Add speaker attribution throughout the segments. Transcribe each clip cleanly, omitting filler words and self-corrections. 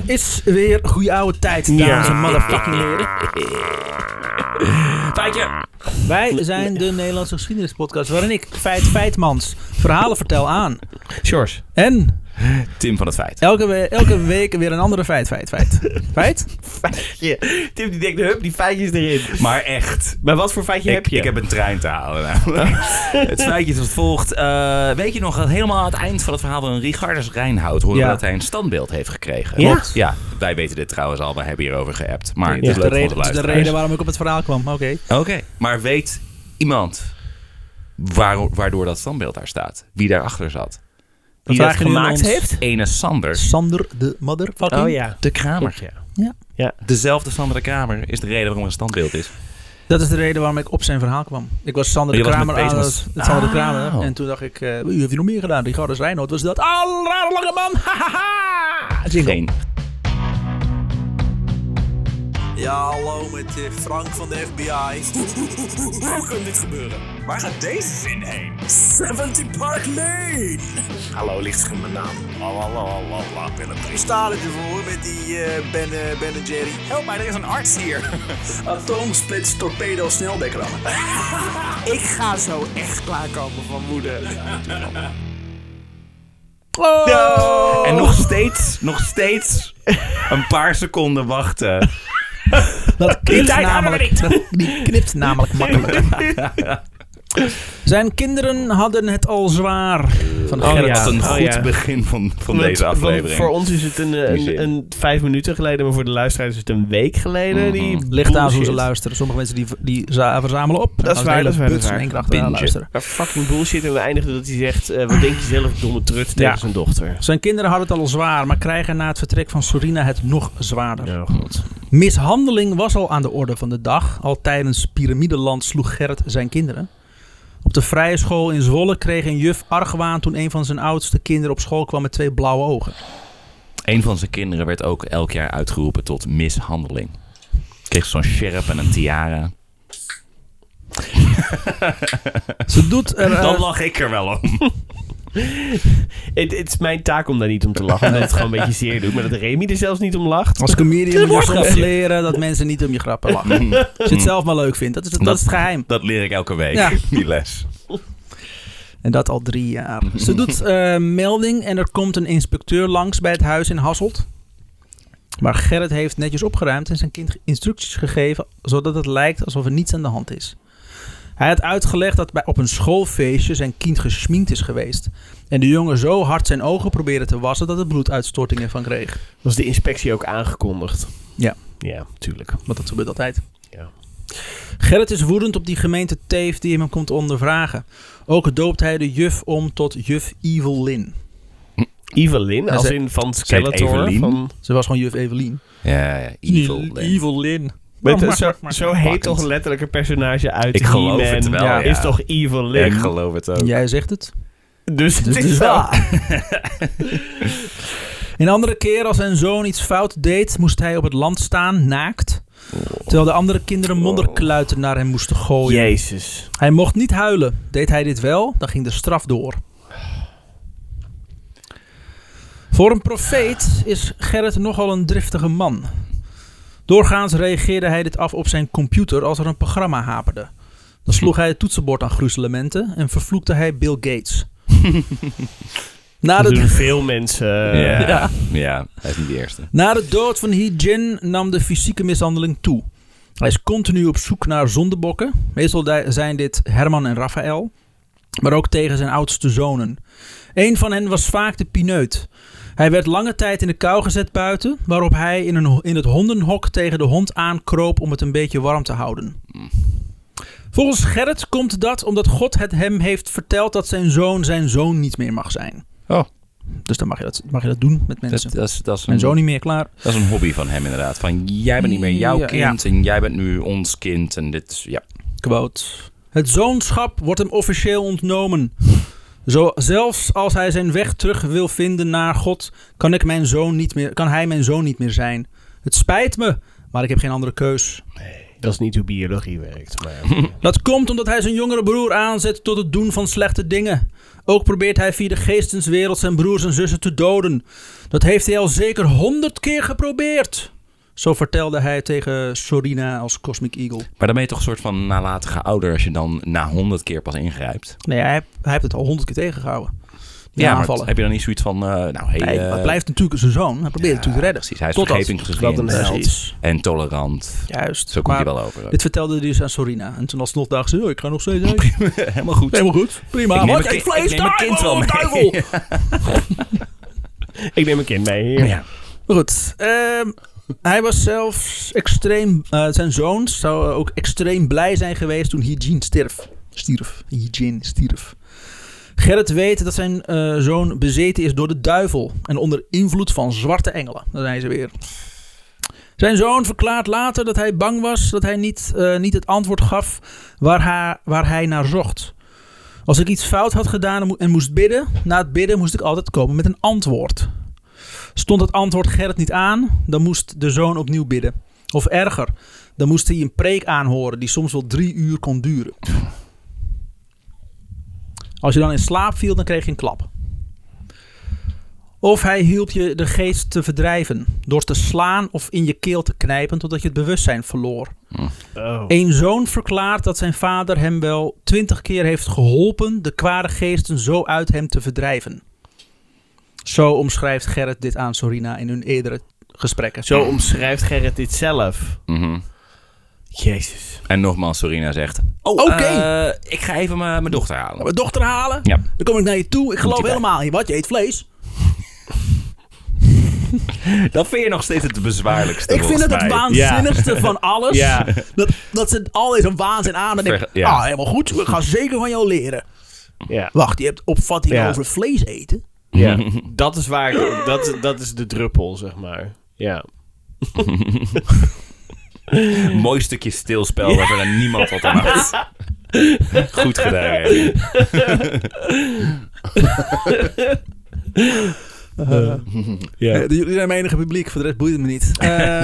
Speaker 1: Het is weer goede oude tijd, dames en motherfucking heren.
Speaker 2: Feitje.
Speaker 1: Wij zijn de Nederlandse geschiedenispodcast waarin ik Feitmans verhalen vertel aan
Speaker 2: Sjors.
Speaker 1: En
Speaker 2: Tim van het Feit.
Speaker 1: elke week weer een andere feit.
Speaker 3: Feitje. Tim die denkt, hup, die feitjes erin.
Speaker 2: Maar echt.
Speaker 3: Maar wat voor feitje heb je?
Speaker 2: Ik heb een trein te halen namelijk. Het feitje is als volgt. Weet je nog, dat helemaal aan het eind van het verhaal van Richardus Reinhout horen we dat hij een standbeeld heeft gekregen.
Speaker 3: Ja?
Speaker 2: Ja, wij weten dit trouwens al. We hebben hierover geappt. Maar het
Speaker 1: Ja,
Speaker 2: is leuk voor onze
Speaker 1: dat is de
Speaker 2: luisteraars.
Speaker 1: reden waarom ik op het verhaal kwam. Oké.
Speaker 2: Maar weet iemand waardoor dat standbeeld daar staat? Wie daarachter zat?
Speaker 3: Wie dat gemaakt heeft?
Speaker 2: Ene Sander.
Speaker 1: Sander de motherfucking.
Speaker 3: Oh ja.
Speaker 2: De Kramer.
Speaker 1: Ja.
Speaker 2: Dezelfde Sander de Kramer is de reden waarom er een standbeeld is.
Speaker 1: Dat is de reden waarom ik op zijn verhaal kwam. Ik was Sander de
Speaker 2: Je was
Speaker 1: Kramer
Speaker 2: met
Speaker 1: aan
Speaker 2: bezig
Speaker 1: het Sander de
Speaker 2: met-
Speaker 1: Kramer.
Speaker 2: Oh.
Speaker 1: En toen dacht ik, u heeft hier nog meer gedaan. Richardus Reinhout was dat. Rare lange man. Hahaha. Jingle.
Speaker 2: Geen.
Speaker 4: Ja, hallo met Frank van de FBI. Hoe kan dit gebeuren? Waar gaat deze zin heen? 70 Park Lane. Hallo, ligt er mijn naam. Hoe staat het ervoor met die Ben en Jerry? Help mij, er is een arts hier. Atoomsplits torpedo sneldekker. Ik ga zo echt klaarkomen van woede.
Speaker 1: Oh.
Speaker 2: En nog steeds een paar seconden wachten.
Speaker 1: Dat knipt namelijk makkelijk. Zijn kinderen hadden het al zwaar. Van
Speaker 3: Oh,
Speaker 1: Gerrit.
Speaker 3: ja.
Speaker 2: Wat een goed
Speaker 3: ja.
Speaker 2: begin van deze aflevering.
Speaker 3: Voor ons is het een 5 minuten geleden, maar voor de luisteraars is het een week geleden. Die
Speaker 1: Ligt aan hoe ze
Speaker 3: bullshit.
Speaker 1: luisteren. Sommige mensen die verzamelen op.
Speaker 3: Dat is waar, dat is waar, dat is waar.
Speaker 1: In één keer achteraan
Speaker 2: Bingen.
Speaker 1: luisteren.
Speaker 3: Maar fucking bullshit. En we eindigen dat hij zegt, wat denk je zelf, domme trut, tegen zijn dochter.
Speaker 1: Zijn kinderen hadden het al zwaar, maar krijgen na het vertrek van Sorina het nog zwaarder.
Speaker 3: Ja, god.
Speaker 1: Mishandeling was al aan de orde van de dag. Al tijdens Pyramideland sloeg Gerrit zijn kinderen. Op de vrije school in Zwolle kreeg een juf argwaan toen een van zijn oudste kinderen op school kwam met 2 blauwe ogen.
Speaker 2: Een van zijn kinderen werd ook elk jaar uitgeroepen tot mishandeling. Kreeg zo'n sheriff en een tiara.
Speaker 1: Ze doet er...
Speaker 2: Dan lach ik er wel om.
Speaker 3: Het is mijn taak om daar niet om te lachen, omdat het gewoon een beetje zeer doet. Maar dat Remy er zelfs niet om lacht.
Speaker 1: Als comedian moet je soms leren dat mensen niet om je grappen lachen. Als je het zelf maar leuk vindt. Dat is het geheim.
Speaker 2: Dat leer ik elke week,
Speaker 1: Ja.
Speaker 2: die les.
Speaker 1: En dat al 3 jaar. Ze doet melding en er komt een inspecteur langs bij het huis in Hasselt. Maar Gerrit heeft netjes opgeruimd en zijn kind instructies gegeven, zodat het lijkt alsof er niets aan de hand is. Hij had uitgelegd dat op een schoolfeestje zijn kind geschminkt is geweest. En de jongen zo hard zijn ogen probeerde te wassen dat het bloeduitstortingen van kreeg.
Speaker 3: Was de inspectie ook aangekondigd?
Speaker 1: Ja.
Speaker 3: Ja, tuurlijk.
Speaker 1: Want dat gebeurt altijd.
Speaker 3: Ja.
Speaker 1: Gerrit is woedend op die gemeente Teef die hem komt ondervragen. Ook doopt hij de juf om tot juf Evil Lynn.
Speaker 3: Evelyn,
Speaker 1: Ja,
Speaker 3: als
Speaker 1: ze-
Speaker 3: in van
Speaker 2: Ze heet
Speaker 3: Skeletor.
Speaker 2: Evelien?
Speaker 3: Van,
Speaker 1: Ze was gewoon juf Evelien.
Speaker 2: Ja, evil.
Speaker 1: Evil Lynn.
Speaker 3: zo heet toch letterlijk een personage uit
Speaker 2: Ik geloof
Speaker 3: He-Man.
Speaker 2: het wel,
Speaker 1: Ja.
Speaker 3: Is toch Evelyn?
Speaker 2: Ik geloof het ook.
Speaker 1: Jij zegt het.
Speaker 3: Dus het is
Speaker 1: wel.
Speaker 3: waar.
Speaker 1: Een andere keer als zijn zoon iets fout deed, moest hij op het land staan, naakt. Terwijl de andere kinderen modderkluiten naar hem moesten gooien.
Speaker 3: Jezus.
Speaker 1: Hij mocht niet huilen. Deed hij dit wel, dan ging de straf door. Voor een profeet is Gerrit nogal een driftige man. Doorgaans reageerde hij dit af op zijn computer als er een programma haperde. Dan sloeg hij het toetsenbord aan gruzelementen en vervloekte hij Bill Gates. Na
Speaker 3: Dat doen
Speaker 1: de,
Speaker 3: veel mensen.
Speaker 2: Ja, hij is niet de eerste.
Speaker 1: na de dood van He-Jin nam de fysieke mishandeling toe. Hij is continu op zoek naar zondebokken. Meestal zijn dit Herman en Raphaël. Maar ook tegen zijn oudste zonen. Eén van hen was vaak de pineut. Hij werd lange tijd in de kou gezet buiten, waarop hij in het hondenhok tegen de hond aankroop om het een beetje warm te houden. Volgens Gerrit komt dat omdat God het hem heeft verteld dat zijn zoon niet meer mag zijn.
Speaker 2: Oh.
Speaker 1: Dus dan mag je dat doen met mensen.
Speaker 2: Dat is
Speaker 1: Mijn zoon niet meer, klaar.
Speaker 2: Dat is een hobby van hem inderdaad. Van jij bent niet meer jouw
Speaker 1: Ja,
Speaker 2: kind en jij bent nu ons kind. En dit is, ja.
Speaker 1: Quote. Het zoonschap wordt hem officieel ontnomen. Zelfs als hij zijn weg terug wil vinden naar God, kan hij mijn zoon niet meer zijn. Het spijt me, maar ik heb geen andere keus.
Speaker 3: Dat is niet hoe biologie werkt. Maar
Speaker 1: Dat komt omdat hij zijn jongere broer aanzet tot het doen van slechte dingen. Ook probeert hij via de geestenswereld zijn broers en zussen te doden. Dat heeft hij al zeker 100 keer geprobeerd. Zo vertelde hij tegen Sorina als Cosmic Eagle.
Speaker 2: Maar dan ben je toch een soort van nalatige ouder als je dan na 100 keer pas ingrijpt.
Speaker 1: Nee, hij heeft het al 100 keer tegengehouden. Die
Speaker 2: Ja, maar
Speaker 1: aanvallen.
Speaker 2: heb je dan niet zoiets van...
Speaker 1: Nee, het blijft natuurlijk zijn zoon. Hij probeert het natuurlijk te redden.
Speaker 2: Precies, hij is
Speaker 1: Totdat-
Speaker 2: vergevingsgezind
Speaker 3: Wat een held.
Speaker 1: Precies.
Speaker 2: en tolerant.
Speaker 1: Juist.
Speaker 2: Zo komt hij
Speaker 1: Maar
Speaker 2: wel over.
Speaker 1: dit vertelde hij dus aan Sorina. En toen alsnog dacht ze, ik ga nog steeds uit.
Speaker 2: Helemaal goed.
Speaker 1: Helemaal goed. Prima.
Speaker 2: Ik neem
Speaker 1: Wat
Speaker 2: mijn
Speaker 1: eet
Speaker 2: kind-
Speaker 1: vlees?
Speaker 2: ik neem mijn kind wel mee.
Speaker 1: Duivel.
Speaker 3: ik neem een kind mee hier.
Speaker 2: Ja.
Speaker 1: Maar goed. Hij was zelfs extreem... zijn zoon zou ook extreem blij zijn geweest toen Eugene stierf. Gerrit weet dat zijn zoon bezeten is door de duivel. En onder invloed van zwarte engelen. Daar zijn ze weer. Zijn zoon verklaart later dat hij bang was dat hij niet het antwoord gaf waar hij naar zocht. Als ik iets fout had gedaan en moest bidden, na het bidden moest ik altijd komen met een antwoord. Stond het antwoord Gerrit niet aan, dan moest de zoon opnieuw bidden. Of erger, dan moest hij een preek aanhoren die soms wel 3 uur kon duren. Als je dan in slaap viel, dan kreeg je een klap. Of hij hielp je de geest te verdrijven door te slaan of in je keel te knijpen totdat je het bewustzijn verloor.
Speaker 3: Oh.
Speaker 1: Een zoon verklaart dat zijn vader hem wel 20 keer heeft geholpen de kwade geesten zo uit hem te verdrijven. Zo omschrijft Gerrit dit aan Sorina in hun eerdere gesprekken.
Speaker 3: Zo omschrijft Gerrit dit zelf.
Speaker 2: Mhm.
Speaker 3: Jezus.
Speaker 2: En nogmaals, Sorina zegt...
Speaker 1: Oké.
Speaker 2: Ik ga even mijn dochter halen.
Speaker 1: Mijn dochter halen?
Speaker 2: Ja.
Speaker 1: Dan kom ik naar je toe. Ik geloof
Speaker 2: je bij.
Speaker 1: helemaal niet. Wat? Je eet vlees?
Speaker 2: Dat vind je nog steeds het bezwaarlijkste.
Speaker 1: Ik vind het
Speaker 2: volgens mij.
Speaker 1: waanzinnigste van alles.
Speaker 3: Ja.
Speaker 1: Dat ze al deze waanzin aan. En denk ik,
Speaker 2: Ja.
Speaker 1: helemaal goed. Ik ga zeker van jou leren.
Speaker 3: Ja.
Speaker 1: Wacht, je hebt opvattingen
Speaker 3: Ja.
Speaker 1: over vlees eten?
Speaker 3: Ja. Dat is waar. Dat is de druppel, zeg maar. Ja.
Speaker 2: Mooi stukje stilspel waar er niemand wat aan had. Goed gedaan, hè.
Speaker 1: Jullie zijn mijn enige publiek. Voor de rest boeit het me niet.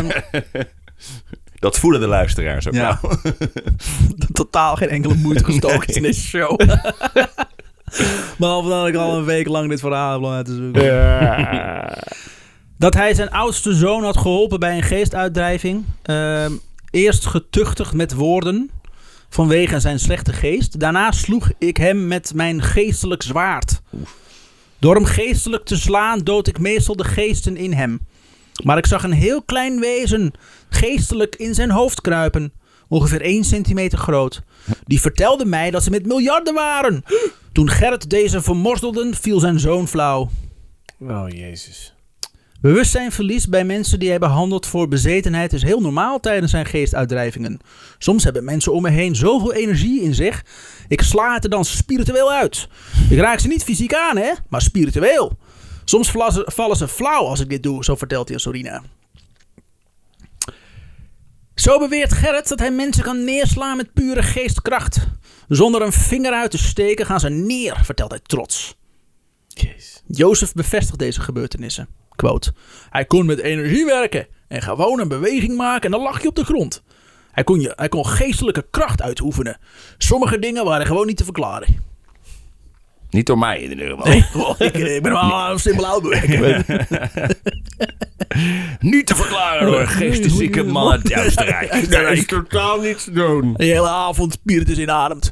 Speaker 2: Dat voelen de luisteraars ook
Speaker 1: Ja.
Speaker 2: wel.
Speaker 1: Totaal geen enkele moeite gestoken in deze show. Behalve dat ik al een week lang dit verhaal heb laten zoeken. Dat hij zijn oudste zoon had geholpen bij een geestuitdrijving. Eerst getuchtigd met woorden vanwege zijn slechte geest. Daarna sloeg ik hem met mijn geestelijk zwaard. Door hem geestelijk te slaan dood ik meestal de geesten in hem. Maar ik zag een heel klein wezen geestelijk in zijn hoofd kruipen. Ongeveer 1 centimeter groot. Die vertelde mij dat ze met miljarden waren. Toen Gerrit deze vermorzelden, viel zijn zoon flauw.
Speaker 3: Oh, Jezus.
Speaker 1: Bewustzijnverlies bij mensen die hij behandelt voor bezetenheid is heel normaal tijdens zijn geestuitdrijvingen. Soms hebben mensen om me heen zoveel energie in zich. Ik sla het er dan spiritueel uit. Ik raak ze niet fysiek aan, hè, maar spiritueel. Soms vallen ze flauw als ik dit doe, zo vertelt hij aan Sorina. Zo beweert Gerrit dat hij mensen kan neerslaan met pure geestkracht. Zonder een vinger uit te steken gaan ze neer, vertelt hij trots.
Speaker 3: Jezus.
Speaker 1: Jozef bevestigt deze gebeurtenissen. Quote, hij kon met energie werken en gewoon een beweging maken en dan lag je op de grond. Hij kon geestelijke kracht uitoefenen. Sommige dingen waren gewoon niet te verklaren.
Speaker 2: Niet door mij in ieder geval.
Speaker 1: Nee, ik ben wel een simpel oudbewerker.
Speaker 2: Niet te verklaren door een geesteszieke man uit Duisterrijk.
Speaker 3: Er is totaal niets te doen.
Speaker 1: De hele avond spiritus inademt.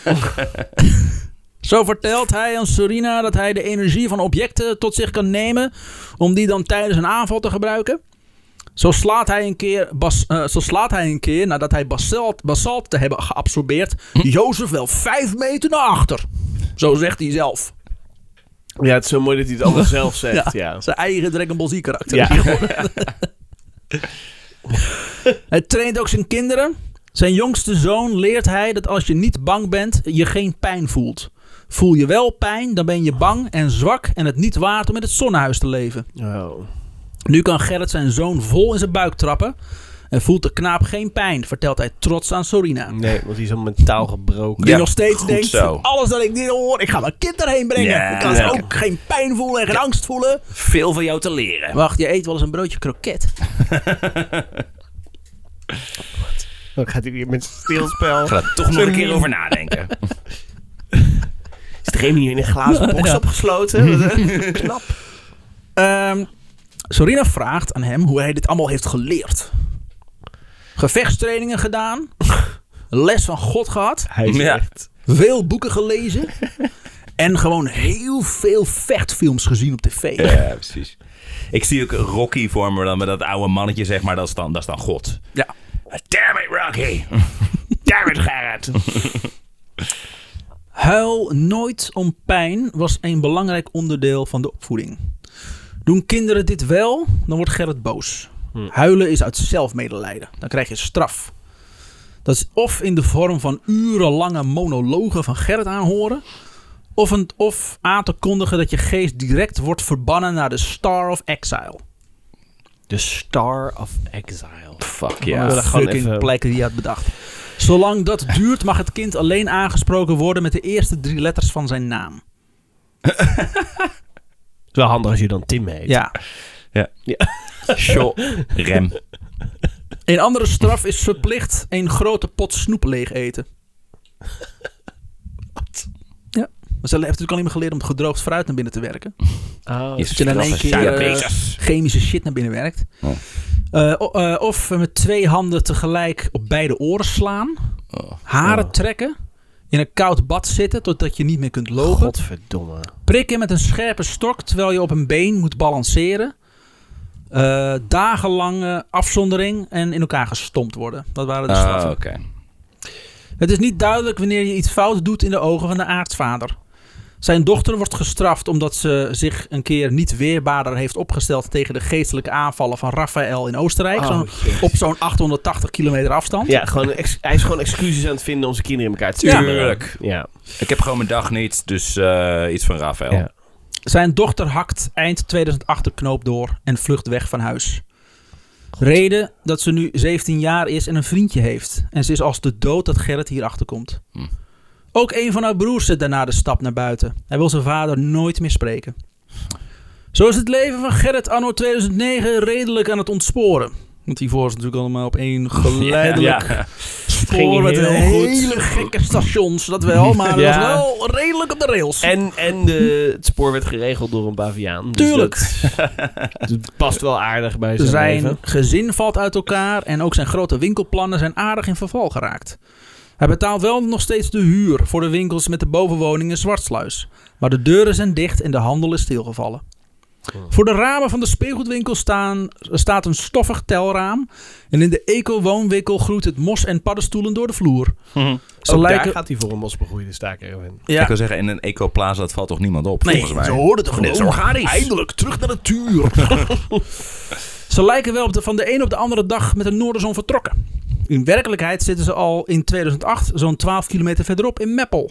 Speaker 1: Zo vertelt hij aan Sorina dat hij de energie van objecten tot zich kan nemen om die dan tijdens een aanval te gebruiken. Zo slaat hij een keer nadat hij basalt te hebben geabsorbeerd, Jozef wel 5 meter naar achter. Zo zegt hij zelf.
Speaker 3: Ja, het is zo mooi dat hij het allemaal zelf zegt. Ja.
Speaker 1: Zijn eigen Dragon Ball Z karakter.
Speaker 3: Ja.
Speaker 1: Hij traint ook zijn kinderen. Zijn jongste zoon leert hij dat als je niet bang bent, je geen pijn voelt. Voel je wel pijn, dan ben je bang en zwak en het niet waard om in het zonnehuis te leven.
Speaker 3: Oh.
Speaker 1: Nu kan Gerrit zijn zoon vol in zijn buik trappen en voelt de knaap geen pijn, vertelt hij trots aan Sorina.
Speaker 3: Nee, want hij is al mentaal gebroken.
Speaker 1: Die
Speaker 2: Ja,
Speaker 1: nog steeds
Speaker 2: goed
Speaker 1: denkt,
Speaker 2: zo.
Speaker 1: alles dat ik dit hoor, ik ga mijn kind erheen brengen.
Speaker 2: Ja,
Speaker 1: ik kan
Speaker 2: ja.
Speaker 1: ook geen pijn voelen en geen angst voelen.
Speaker 2: Veel van jou te leren.
Speaker 1: Wacht, je eet wel eens een broodje kroket.
Speaker 3: Dan gaat hij weer met zijn stilspel.
Speaker 2: Ik ga er toch nog een keer over nadenken.
Speaker 3: Is Remy nu in een glazen box opgesloten? Knap.
Speaker 1: Sorina vraagt aan hem hoe hij dit allemaal heeft geleerd. Gevechtstrainingen gedaan. Les van God gehad.
Speaker 3: Hij is echt...
Speaker 1: Veel boeken gelezen. En gewoon heel veel vechtfilms gezien op tv.
Speaker 2: Ja, precies. Ik zie ook Rocky voor me dan met dat oude mannetje, zeg maar. Dat is dan God.
Speaker 1: Ja.
Speaker 2: Damn it, Rocky. Damn it, Gerrit.
Speaker 1: Huil nooit om pijn was een belangrijk onderdeel van de opvoeding. Doen kinderen dit wel, dan wordt Gerrit boos. Huilen is uit zelfmedelijden. Dan krijg je straf. Dat is of in de vorm van urenlange monologen van Gerrit aanhoren, of aan te kondigen dat je geest direct wordt verbannen naar de Star of Exile.
Speaker 3: The Star of Exile.
Speaker 2: Fuck
Speaker 1: Ja,
Speaker 2: ja.
Speaker 1: de fucking plekken die je had bedacht. Zolang dat duurt mag het kind alleen aangesproken worden met de eerste 3 letters van zijn naam.
Speaker 3: Het is wel handig als je dan Tim heet.
Speaker 1: Ja.
Speaker 2: Show. Rem.
Speaker 1: Een andere straf is verplicht een grote pot snoep leeg eten. Wat? Ja. Maar ze heeft natuurlijk alleen maar geleerd om gedroogd fruit naar binnen te werken.
Speaker 3: Oh,
Speaker 1: Dat je dan in één keer chemische shit naar binnen werkt. Of met 2 handen tegelijk op beide oren slaan. Haren trekken. In een koud bad zitten totdat je niet meer kunt lopen.
Speaker 3: Godverdomme.
Speaker 1: Prikken met een scherpe stok terwijl je op een been moet balanceren. Dagenlange afzondering en in elkaar gestompt worden. Dat waren de straffen.
Speaker 2: Oké.
Speaker 1: Het is niet duidelijk wanneer je iets fout doet in de ogen van de aartsvader. Zijn dochter wordt gestraft omdat ze zich een keer niet weerbaarder heeft opgesteld tegen de geestelijke aanvallen van Raphaël in Oostenrijk. Op zo'n 880 kilometer afstand.
Speaker 3: Ja, hij is gewoon excuses aan het vinden om zijn kinderen in elkaar te sturen.
Speaker 2: Tuurlijk.
Speaker 3: Ja.
Speaker 2: Ik heb gewoon mijn dag niet, dus iets van Raphaël.
Speaker 3: Ja.
Speaker 1: Zijn dochter hakt eind 2008 de knoop door en vlucht weg van huis. Reden dat ze nu 17 jaar is en een vriendje heeft. En ze is als de dood dat Gerrit hierachter komt. Ook een van haar broers zet daarna de stap naar buiten. Hij wil zijn vader nooit meer spreken. Zo is het leven van Gerrit anno 2009 redelijk aan het ontsporen. Want hiervoor is het natuurlijk allemaal op één geleidelijk spoor met hele gekke stations. Dat wel, maar het was wel redelijk op de rails.
Speaker 3: En het spoor werd geregeld door een baviaan.
Speaker 1: Tuurlijk.
Speaker 3: Dus het past wel aardig bij zijn
Speaker 1: Zijn
Speaker 3: leven.
Speaker 1: gezin valt uit elkaar en ook zijn grote winkelplannen zijn aardig in verval geraakt. Hij betaalt wel nog steeds de huur voor de winkels met de bovenwoning in Zwartsluis. Maar de deuren zijn dicht en de handel is stilgevallen. Voor de ramen van de speelgoedwinkel staat een stoffig telraam. En in de eco-woonwinkel groeit het mos en paddenstoelen door de vloer.
Speaker 3: Daar gaat hij voor een mosbegroeide staakerven.
Speaker 2: Ja. Ik wil zeggen, in een ecoplaza dat valt toch niemand op, volgens mij.
Speaker 1: Ze hoorden toch
Speaker 2: Dit is
Speaker 1: gewoon
Speaker 2: organisch.
Speaker 1: eindelijk terug naar de natuur. Ze lijken wel van de een op de andere dag met de noorderzon vertrokken. In werkelijkheid zitten ze al in 2008 zo'n 12 kilometer verderop in Meppel.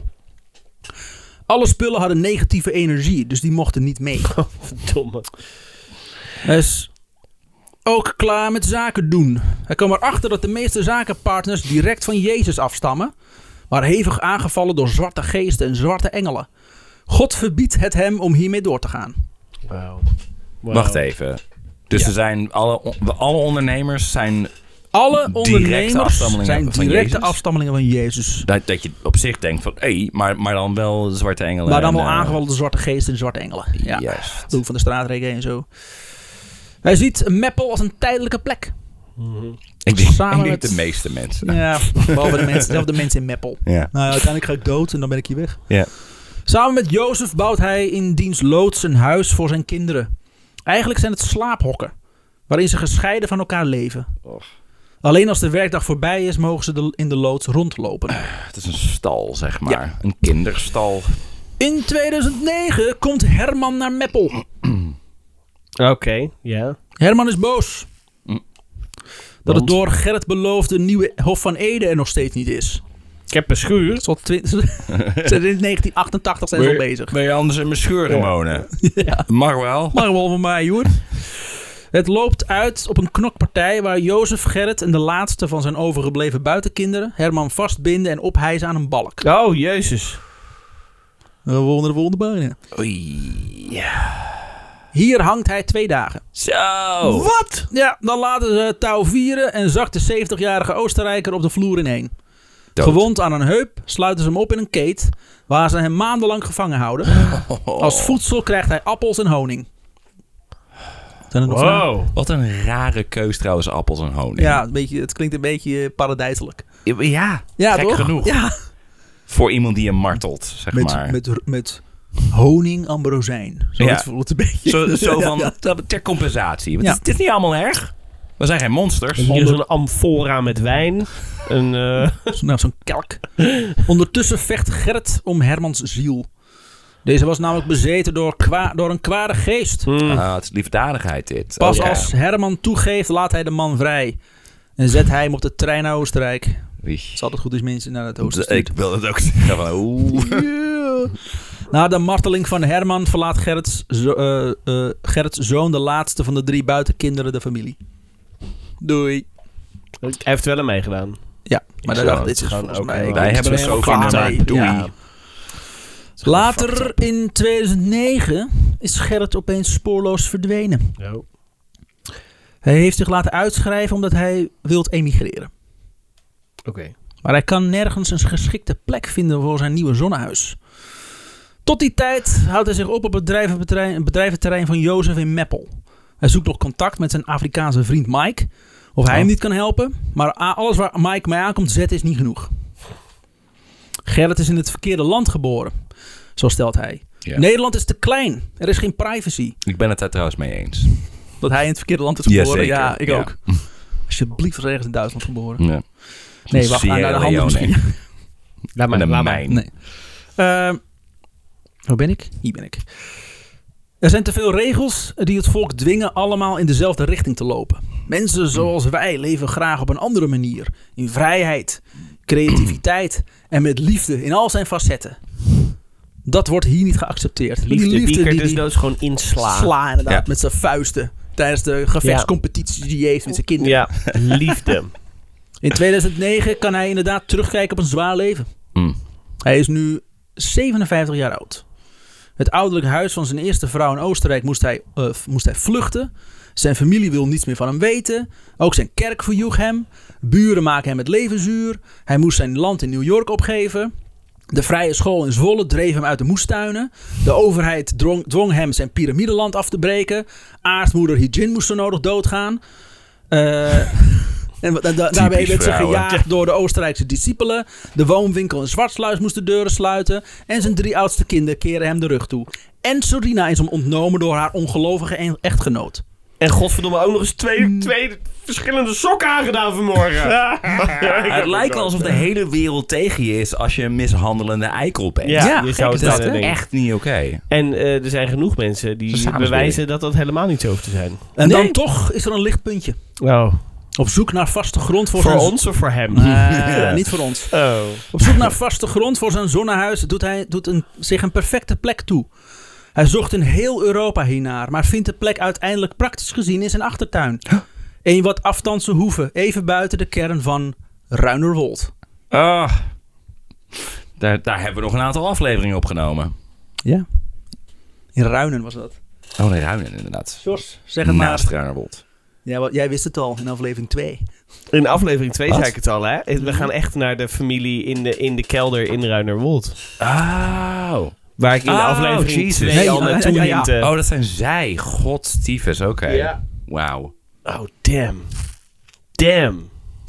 Speaker 1: Alle spullen hadden negatieve energie, dus die mochten niet mee.
Speaker 3: Verdomme.
Speaker 1: Hij is ook klaar met zaken doen. Hij kwam erachter dat de meeste zakenpartners direct van Jezus afstammen, maar hevig aangevallen door zwarte geesten en zwarte engelen. God verbiedt het hem om hiermee door te gaan.
Speaker 3: Wow.
Speaker 2: Wacht even. Dus er zijn alle ondernemers zijn...
Speaker 1: Alle ondernemers zijn
Speaker 2: van
Speaker 1: directe
Speaker 2: Jezus?
Speaker 1: Afstammelingen van Jezus.
Speaker 2: Dat je op zich denkt van, maar dan wel zwarte engelen.
Speaker 1: Maar dan wel aangevallen door zwarte geesten en zwarte engelen. Ja,
Speaker 2: Juist.
Speaker 1: de hoek van de straatregen en zo. Hij ziet Meppel als een tijdelijke plek.
Speaker 2: Ik denk
Speaker 1: met
Speaker 2: de meeste mensen.
Speaker 1: Ja, behalve de mensen, zelfs de mensen in Meppel.
Speaker 2: Ja.
Speaker 1: Nou ja, uiteindelijk ga ik dood en dan ben ik hier weg.
Speaker 2: Ja.
Speaker 1: Samen met Jozef bouwt hij in diens loods een huis voor zijn kinderen. Eigenlijk zijn het slaaphokken, waarin ze gescheiden van elkaar leven. Alleen als de werkdag voorbij is, mogen ze in de loods rondlopen.
Speaker 2: Het is een stal, zeg maar. Ja. Een kinderstal.
Speaker 1: In 2009 komt Herman naar Meppel.
Speaker 3: Oké, ja.
Speaker 1: Herman is boos. Dat het door Gerrit beloofde nieuwe Hof van Ede er nog steeds niet is.
Speaker 3: Ik heb een schuur.
Speaker 1: Ze zijn in 1988 zijn ze al bezig.
Speaker 2: Ben je anders in mijn schuur gaan wonen?
Speaker 1: Ja.
Speaker 2: Mag wel.
Speaker 1: Mag wel van mij, hoor. Het loopt uit op een knokpartij waar Jozef, Gerrit en de laatste van zijn overgebleven buitenkinderen Herman vastbinden en ophijzen aan een balk.
Speaker 3: Oh, jezus.
Speaker 1: We wonen de volgende bijna.
Speaker 2: Oei.
Speaker 1: Hier hangt hij 2 dagen.
Speaker 2: Zo.
Speaker 3: Wat?
Speaker 1: Ja, dan laten ze het touw vieren en zakt de 70-jarige Oostenrijker op de vloer ineen.
Speaker 2: Dood.
Speaker 1: Gewond aan een heup sluiten ze hem op in een keet waar ze hem maandenlang gevangen houden. Als voedsel krijgt hij appels en honing. Zijn er nog vragen?
Speaker 3: Wow.
Speaker 2: Wat een rare keus trouwens, appels en honing.
Speaker 1: Ja, het klinkt een beetje paradijselijk.
Speaker 2: Ja,
Speaker 1: Ja,
Speaker 2: gek
Speaker 1: toch?
Speaker 2: genoeg.
Speaker 1: Ja.
Speaker 2: Voor iemand die hem martelt, zeg maar.
Speaker 1: Met honing ambrozijn. Zo
Speaker 2: Ja.
Speaker 1: voelt het een beetje.
Speaker 2: Zo van,
Speaker 1: Ja.
Speaker 2: ter compensatie. Want
Speaker 1: Ja.
Speaker 2: het is niet allemaal erg. We zijn geen monsters.
Speaker 3: Hier is een amfora met wijn.
Speaker 1: Zo'n kelk. Ondertussen vecht Gerrit om Hermans ziel. Deze was namelijk bezeten door een kwade geest.
Speaker 2: Het is liefdadigheid dit.
Speaker 1: Pas
Speaker 2: Oké.
Speaker 1: als Herman toegeeft, laat hij de man vrij. En zet hij hem op de trein naar Oostenrijk.
Speaker 2: Oei.
Speaker 1: Het is altijd goed als mensen naar het oosten
Speaker 2: Ik
Speaker 1: stuurt.
Speaker 2: wil het ook zeggen van oeh.
Speaker 1: Yeah. Na de marteling van Herman verlaat Gerrits zoon de laatste van de 3 buitenkinderen de familie. Doei.
Speaker 3: Hij heeft wel aan meegedaan.
Speaker 1: Ja, maar
Speaker 3: Zo,
Speaker 1: dit is
Speaker 3: het is
Speaker 1: volgens
Speaker 3: gewoon
Speaker 1: mij...
Speaker 3: ook-
Speaker 2: Wij hebben een
Speaker 1: twee
Speaker 2: sofa
Speaker 1: fucked
Speaker 2: nummer.
Speaker 1: up.
Speaker 2: Doei.
Speaker 3: Ja.
Speaker 1: Later in 2009 is Gerrit opeens spoorloos verdwenen.
Speaker 3: Oh.
Speaker 1: Hij heeft zich laten uitschrijven omdat hij wilt emigreren.
Speaker 3: Oké.
Speaker 1: Maar hij kan nergens een geschikte plek vinden voor zijn nieuwe zonnehuis. Tot die tijd houdt hij zich op het bedrijventerrein van Jozef in Meppel. Hij zoekt nog contact met zijn Afrikaanse vriend Mike. Of hij hem niet kan helpen. Maar alles waar Mike mee aankomt zetten is niet genoeg. Gerrit is in het verkeerde land geboren. Zo stelt hij.
Speaker 2: Ja.
Speaker 1: Nederland is te klein. Er is geen privacy.
Speaker 2: Ik ben het daar trouwens mee eens.
Speaker 1: Dat hij in het verkeerde land is geboren.
Speaker 2: Jazeker,
Speaker 1: Ja, ik
Speaker 2: ja.
Speaker 1: ook. Alsjeblieft was ergens in Duitsland geboren.
Speaker 2: Ja.
Speaker 1: Nee, wacht. Naar de
Speaker 2: Sierra
Speaker 1: handen
Speaker 2: Leone.
Speaker 1: misschien.
Speaker 3: Laat maar.
Speaker 2: En een
Speaker 3: laat maar.
Speaker 2: mijn.
Speaker 1: Nee. Waar ben ik? Hier ben ik. Er zijn te veel regels die het volk dwingen allemaal in dezelfde richting te lopen. Mensen zoals wij leven graag op een andere manier. In vrijheid, creativiteit en met liefde in al zijn facetten. Dat wordt hier niet geaccepteerd.
Speaker 3: Liefde, die er dus
Speaker 1: die
Speaker 3: noods gewoon inslaan.
Speaker 1: sla inderdaad
Speaker 2: Ja.
Speaker 1: met zijn vuisten. Tijdens de gevechtscompetities die hij heeft met zijn kinderen.
Speaker 3: Ja, liefde.
Speaker 1: In 2009 kan hij inderdaad terugkijken op een zwaar leven.
Speaker 2: Mm.
Speaker 1: Hij is nu 57 jaar oud. Het ouderlijk huis van zijn eerste vrouw in Oostenrijk moest hij vluchten. Zijn familie wil niets meer van hem weten. Ook zijn kerk verjoeg hem. Buren maken hem het leven zuur. Hij moest zijn land in New York opgeven. De vrije school in Zwolle dreef hem uit de moestuinen. De overheid dwong hem zijn piramideland af te breken. Aartsmoeder Hijin moest zo nodig doodgaan. En daarbij werd ze
Speaker 2: vrouwen.
Speaker 1: gejaagd door de Oostenrijkse discipelen. De woonwinkel in Zwartsluis moest de deuren sluiten. En zijn 3 oudste kinderen keren hem de rug toe. En Sorina is hem ontnomen door haar ongelovige echtgenoot.
Speaker 3: En godverdomme ook nog eens twee verschillende sokken aangedaan vanmorgen.
Speaker 2: Het lijkt wel alsof de hele wereld tegen je is als je een mishandelende eikel bent.
Speaker 3: Ja,
Speaker 1: Ja,
Speaker 3: je
Speaker 1: gek
Speaker 3: zou
Speaker 1: is
Speaker 3: het
Speaker 1: dat,
Speaker 3: bijna
Speaker 1: hè?
Speaker 3: denken.
Speaker 2: Echt niet oké.
Speaker 3: En er zijn genoeg mensen die
Speaker 2: Samenzwering.
Speaker 3: bewijzen dat dat helemaal niet zo hoeft te zijn.
Speaker 1: En
Speaker 2: Nee.
Speaker 1: dan toch is er een lichtpuntje.
Speaker 3: Oh.
Speaker 1: Op zoek naar vaste grond voor
Speaker 3: Voor
Speaker 1: zijn...
Speaker 3: ons of voor hem?
Speaker 1: Niet voor ons.
Speaker 3: Oh.
Speaker 1: Op zoek naar vaste grond voor zijn zonnehuis doet zich een perfecte plek toe. Hij zocht in heel Europa hiernaar, maar vindt de plek uiteindelijk praktisch gezien in zijn achtertuin. Een wat afstandse hoeve, even buiten de kern van Ruinerwold.
Speaker 2: Ah. Daar hebben we nog een aantal afleveringen opgenomen.
Speaker 1: Ja. In Ruinen was dat.
Speaker 2: Oh nee, Ruinen inderdaad.
Speaker 1: Jos, zeg het
Speaker 2: Naast
Speaker 1: maar.
Speaker 2: Ruinerwold.
Speaker 1: Ja, jij wist het al in aflevering 2.
Speaker 3: In aflevering 2
Speaker 2: Wat?
Speaker 3: zei ik het al, hè? We gaan echt naar de familie in de kelder in Ruinerwold.
Speaker 2: Oh.
Speaker 3: Waar ik in
Speaker 2: Oh,
Speaker 3: aflevering
Speaker 2: Jesus.
Speaker 3: 2
Speaker 1: Nee,
Speaker 3: al naartoe
Speaker 1: ja.
Speaker 3: hintte.
Speaker 2: Oh, dat zijn zij. God, tyfus. Oké.
Speaker 3: Ja.
Speaker 2: Wauw.
Speaker 3: Oh, damn. Damn.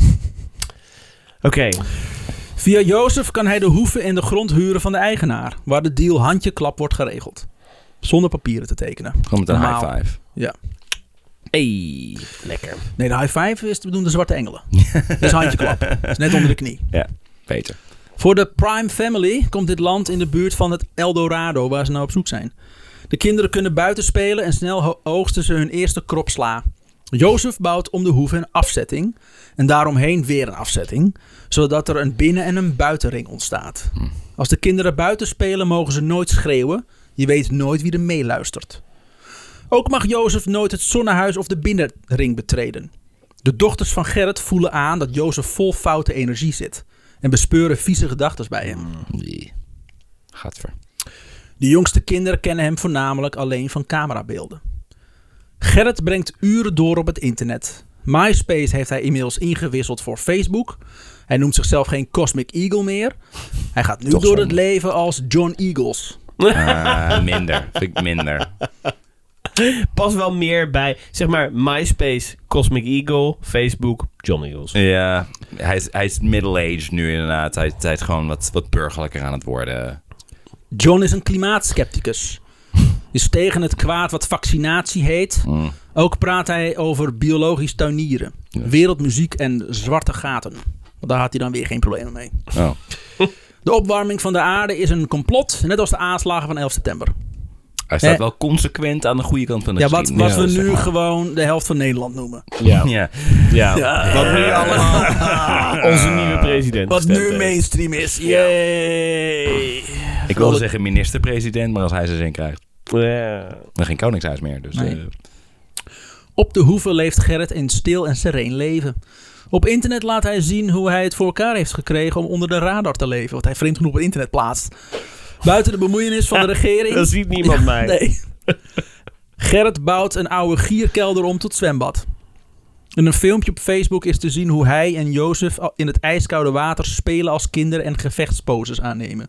Speaker 3: Oké.
Speaker 1: Via Jozef kan hij de hoeve en de grond huren van de eigenaar, waar de deal handjeklap wordt geregeld. Zonder papieren te tekenen.
Speaker 2: Gewoon met een
Speaker 1: Normaal.
Speaker 2: high five.
Speaker 1: Ja.
Speaker 2: Hey.
Speaker 3: Lekker.
Speaker 1: Nee, de high five is te bedoelen de zwarte engelen. Dat is handjeklap. Dat is net onder de knie.
Speaker 2: Ja, beter.
Speaker 1: Voor de Prime Family komt dit land in de buurt van het Eldorado waar ze nou op zoek zijn. De kinderen kunnen buiten spelen en snel oogsten ze hun eerste krop sla. Jozef bouwt om de hoeve een afzetting en daaromheen weer een afzetting, zodat er een binnen- en een buitenring ontstaat. Als de kinderen buiten spelen mogen ze nooit schreeuwen. Je weet nooit wie er meeluistert. Ook mag Jozef nooit het zonnehuis of de binnenring betreden. De dochters van Gerrit voelen aan dat Jozef vol foute energie zit en bespeuren vieze gedachten bij hem.
Speaker 2: Nee. Gadver.
Speaker 1: De jongste kinderen kennen hem voornamelijk alleen van camerabeelden. Gerrit brengt uren door op het internet. MySpace heeft hij inmiddels ingewisseld voor Facebook. Hij noemt zichzelf geen Cosmic Eagle meer. Hij gaat nu
Speaker 2: Toch
Speaker 1: door
Speaker 2: zo.
Speaker 1: het leven als John Eagles.
Speaker 2: Minder. Vind ik minder.
Speaker 3: Pas wel meer bij, zeg maar, MySpace, Cosmic Eagle, Facebook, John Eagles.
Speaker 2: Ja, hij is middle-aged nu inderdaad. Hij is gewoon wat burgerlijker aan het worden.
Speaker 1: John is een klimaatskepticus. Is tegen het kwaad wat vaccinatie heet. Ook praat hij over biologisch tuinieren, wereldmuziek en zwarte gaten. Want daar had hij dan weer geen problemen mee.
Speaker 2: Oh.
Speaker 1: De opwarming van de aarde is een complot, net als de aanslagen van 11 september.
Speaker 2: Hij staat wel consequent aan de goede kant van de
Speaker 1: Ja, wat
Speaker 2: geschiedenis.
Speaker 1: we
Speaker 2: zeg
Speaker 1: nu
Speaker 2: maar.
Speaker 1: gewoon de helft van Nederland noemen.
Speaker 3: Ja.
Speaker 2: Ja.
Speaker 3: Wat nu allemaal onze nieuwe president
Speaker 1: Wat
Speaker 3: gestemd
Speaker 1: nu
Speaker 3: heeft.
Speaker 1: mainstream is. Yay!
Speaker 2: Ik wil zeggen minister-president, maar als hij zijn zin krijgt,
Speaker 3: Ja.
Speaker 2: dan geen koningshuis meer. Dus,
Speaker 1: Nee. Op de hoeve leeft Gerrit een stil en sereen leven. Op internet laat hij zien hoe hij het voor elkaar heeft gekregen om onder de radar te leven. Wat hij vreemd genoeg op het internet plaatst. Buiten de bemoeienis van de regering.
Speaker 3: Dat ziet niemand mij.
Speaker 1: Nee. Gerrit bouwt een oude gierkelder om tot zwembad. In een filmpje op Facebook is te zien hoe hij en Jozef in het ijskoude water spelen als kinderen en gevechtsposes aannemen.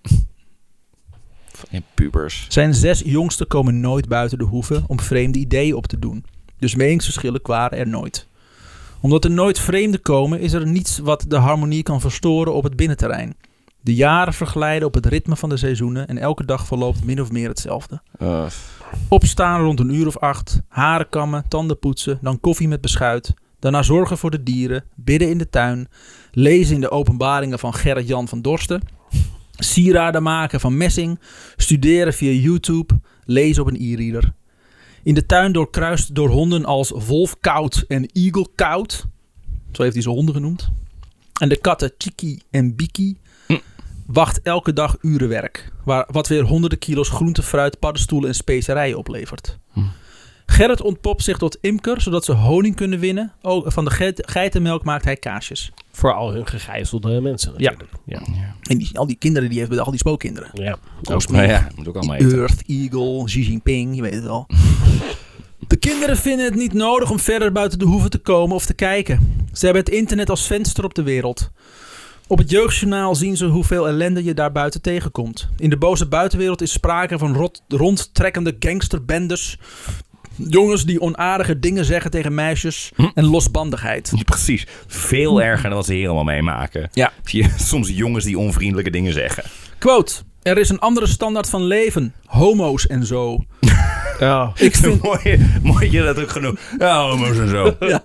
Speaker 2: En pubers.
Speaker 1: Zijn 6 jongsten komen nooit buiten de hoeve om vreemde ideeën op te doen. Dus meningsverschillen waren er nooit. Omdat er nooit vreemden komen, is er niets wat de harmonie kan verstoren op het binnenterrein. De jaren verglijden op het ritme van de seizoenen en elke dag verloopt min of meer hetzelfde. Opstaan rond een uur of 8, haren kammen, tanden poetsen, dan koffie met beschuit. Daarna zorgen voor de dieren, bidden in de tuin, lezen in de openbaringen van Gerrit-Jan van Dorsten, sieraden maken van messing, studeren via YouTube, lezen op een e-reader. In de tuin doorkruist door honden als Wolfkout en Eaglekout. Zo heeft hij zijn honden genoemd. En de katten Chiki en Biki wacht elke dag urenwerk. Wat weer honderden kilo's groente, fruit, paddenstoelen en specerijen oplevert. Gerrit ontpopt zich tot imker, zodat ze honing kunnen winnen. Ook van de geitenmelk maakt hij kaasjes.
Speaker 3: Voor al hun gegijzelde mensen natuurlijk. Ja.
Speaker 1: En al die kinderen die hij heeft bedacht, al die spookkinderen.
Speaker 3: Ja.
Speaker 2: Nou ja, moet ook allemaal eten.
Speaker 1: Earth, Eagle, Xi Jinping, je weet het wel. De kinderen vinden het niet nodig om verder buiten de hoeve te komen of te kijken. Ze hebben het internet als venster op de wereld. Op het jeugdjournaal zien ze hoeveel ellende je daar buiten tegenkomt. In de boze buitenwereld is sprake van rondtrekkende gangsterbendes. Jongens die onaardige dingen zeggen tegen meisjes. En losbandigheid.
Speaker 2: Ja, precies. Veel erger dan wat ze hier allemaal meemaken.
Speaker 1: Ja.
Speaker 2: Zie je soms jongens die onvriendelijke dingen zeggen.
Speaker 1: Quote. Er is een andere standaard van leven. Homo's en zo.
Speaker 3: Oh.
Speaker 1: Ik vind,
Speaker 2: Mooi je dat ook genoeg. Ja, homo's en zo.
Speaker 1: ja.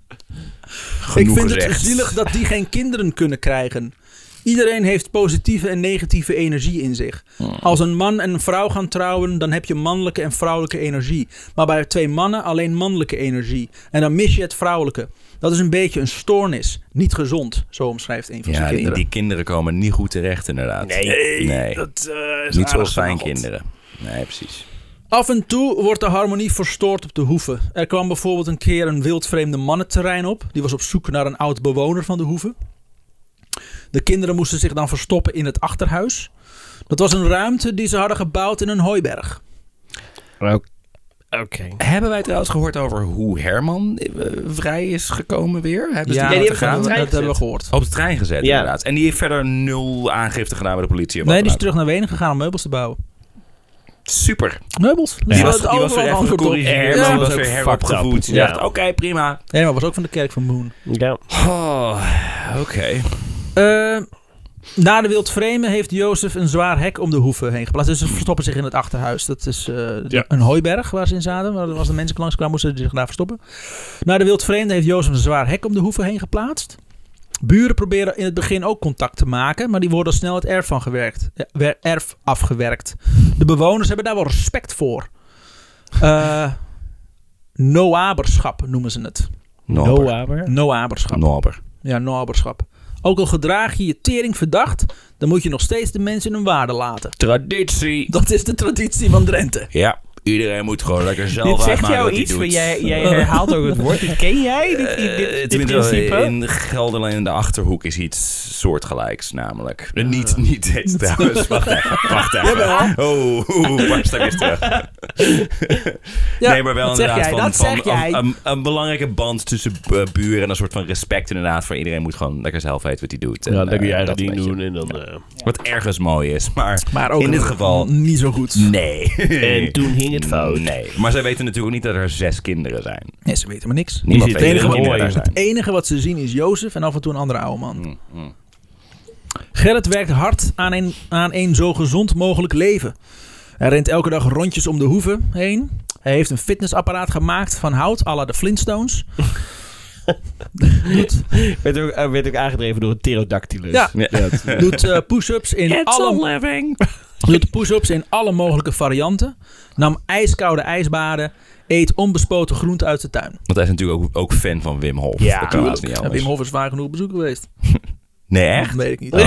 Speaker 1: Ik vind het zielig dat die geen kinderen kunnen krijgen. Iedereen heeft positieve en negatieve energie in zich. Als een man en een vrouw gaan trouwen, dan heb je mannelijke en vrouwelijke energie. Maar bij 2 mannen alleen mannelijke energie. En dan mis je het vrouwelijke. Dat is een beetje een stoornis. Niet gezond, zo omschrijft een van zijn kinderen.
Speaker 2: Die kinderen komen niet goed terecht inderdaad. Nee.
Speaker 1: Dat is
Speaker 2: Niet zoals
Speaker 1: zijn
Speaker 2: zijn kinderen. Nee, precies.
Speaker 1: Af en toe wordt de harmonie verstoord op de hoeve. Er kwam bijvoorbeeld een keer een wildvreemde mannenterrein op. Die was op zoek naar een oud bewoner van de hoeve. De kinderen moesten zich dan verstoppen in het achterhuis. Dat was een ruimte die ze hadden gebouwd in een hooiberg.
Speaker 3: Oké.
Speaker 2: Hebben wij trouwens gehoord over hoe Herman vrij is gekomen weer? Hebben ze
Speaker 1: Ja,
Speaker 2: die
Speaker 3: die
Speaker 2: laten
Speaker 3: hebben
Speaker 2: gaan?
Speaker 3: we
Speaker 1: dat hebben we gehoord.
Speaker 2: Op de trein gezet
Speaker 3: Ja.
Speaker 2: inderdaad. En die heeft verder 0 aangifte gedaan bij de politie. Of
Speaker 1: Nee,
Speaker 2: wat
Speaker 1: die is
Speaker 2: dan
Speaker 1: terug naar Wenen gegaan om meubels te bouwen.
Speaker 2: ook. Super.
Speaker 1: Meubels?
Speaker 2: Die was
Speaker 1: overal
Speaker 2: weer even
Speaker 1: antwoord op.
Speaker 2: gecorrigeerd.
Speaker 1: Ja,
Speaker 2: Die was
Speaker 3: was
Speaker 2: weer
Speaker 3: ook
Speaker 2: heropgevoed.
Speaker 3: fucked
Speaker 2: Die
Speaker 3: up.
Speaker 2: dacht,
Speaker 3: Ja.
Speaker 2: oké, prima.
Speaker 1: Nee, maar was ook van de kerk van Moon.
Speaker 3: Ja.
Speaker 2: Oh, oké.
Speaker 1: Na de wildvreemden heeft Jozef een zwaar hek om de hoeve heen geplaatst. Dus ze verstoppen zich in het achterhuis. Dat is een hooiberg waar ze in zaten. Waar als de mensen langskwamen moesten ze zich daar verstoppen. Na de wildvreemden heeft Jozef een zwaar hek om de hoeve heen geplaatst. Buren proberen in het begin ook contact te maken. Maar die worden snel het erf afgewerkt. De bewoners hebben daar wel respect voor. Noaberschap noemen ze het. Noaberschap.
Speaker 2: Noaber.
Speaker 1: Ja, noaberschap. Ook al gedraag je je tering verdacht, dan moet je nog steeds de mensen in hun waarde laten.
Speaker 2: Traditie.
Speaker 1: Dat is de traditie van Drenthe.
Speaker 2: Ja, Iedereen moet gewoon lekker zelf
Speaker 3: Dit zegt
Speaker 2: uitmaken
Speaker 3: jou
Speaker 2: wat
Speaker 3: iets,
Speaker 2: hij
Speaker 3: want
Speaker 2: doet.
Speaker 3: jij herhaalt ook het woord. Dit ken jij, dit principe?
Speaker 2: In Gelderland in de Achterhoek is iets soortgelijks namelijk. Niet dit trouwens. Wacht even. Barst daar weer terug. Nee, maar wel inderdaad een belangrijke band tussen buren en een soort van respect inderdaad voor iedereen moet gewoon lekker zelf weten wat hij doet.
Speaker 3: Ja, dan kun je eigen
Speaker 2: dat
Speaker 3: ding
Speaker 2: weet je.
Speaker 3: doen en dan...
Speaker 2: Wat ergens mooi is, maar
Speaker 1: ook
Speaker 2: in dit geval
Speaker 1: niet zo goed.
Speaker 2: nee.
Speaker 3: En toen ging het fout.
Speaker 2: Nee, maar zij weten natuurlijk ook niet dat er 6 kinderen zijn.
Speaker 1: Nee, ze weten maar niks.
Speaker 2: Niemand
Speaker 3: ziet
Speaker 2: weet
Speaker 3: het
Speaker 2: hoeveel
Speaker 3: enige
Speaker 2: kinderen er
Speaker 3: mooi.
Speaker 2: zijn.
Speaker 1: Het enige wat ze zien is Jozef en af en toe een andere oude man. Gerrit werkt hard aan een zo gezond mogelijk leven. Hij rent elke dag rondjes om de hoeve heen. Hij heeft een fitnessapparaat gemaakt van hout, à la de Flintstones.
Speaker 3: Werd ook aangedreven door een pterodactylus.
Speaker 1: Ja. Doet push-ups in alle mogelijke varianten. Nam ijskoude ijsbaden. Eet onbespoten groenten uit de tuin.
Speaker 2: Want hij is natuurlijk ook fan van Wim Hof.
Speaker 3: Ja,
Speaker 2: dat kan haast niet
Speaker 1: Ja,
Speaker 2: anders.
Speaker 1: Wim Hof is vaak genoeg op bezoek geweest.
Speaker 2: Nee, echt?
Speaker 1: Dat weet ik niet.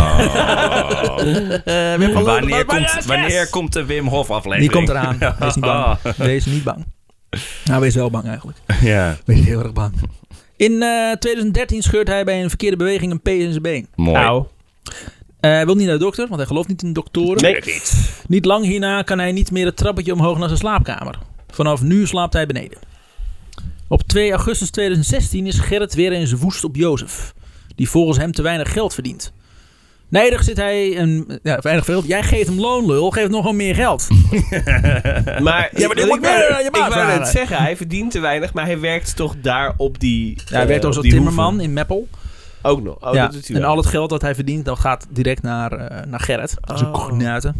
Speaker 2: Wanneer komt de Wim Hof aflevering?
Speaker 1: Die komt eraan. Wees niet bang. Wees niet bang. Nou, wees wel bang eigenlijk.
Speaker 2: Ja,
Speaker 1: Wees heel erg bang. In 2013 scheurt hij bij een verkeerde beweging een pees in zijn been.
Speaker 2: mooi.
Speaker 3: Nou,
Speaker 1: Hij wil niet naar de dokter, want hij gelooft niet in doktoren.
Speaker 3: Nee.
Speaker 1: Niet lang hierna kan hij niet meer het trappetje omhoog naar zijn slaapkamer. Vanaf nu slaapt hij beneden. Op 2 augustus 2016 is Gerrit weer eens woest op Jozef, die volgens hem te weinig geld verdient. Nijdig zit hij weinig veel. Jij geeft hem loon, lul. Geef nog wel meer geld.
Speaker 3: maar
Speaker 1: dit moet meer aan je baas
Speaker 3: ik wou net
Speaker 1: vragen.
Speaker 3: zeggen, hij verdient te weinig, maar hij werkt toch daar op die...
Speaker 1: Hij werkt als
Speaker 3: op
Speaker 1: een
Speaker 3: die
Speaker 1: timmerman
Speaker 3: hoeve.
Speaker 1: in Meppel.
Speaker 3: Ook nog. Oh,
Speaker 1: Ja,
Speaker 3: dat doet hij
Speaker 1: en
Speaker 3: wel.
Speaker 1: al het geld dat hij verdient, dat gaat direct naar Gerrit. Dat is een
Speaker 3: Oh.
Speaker 1: cognaten.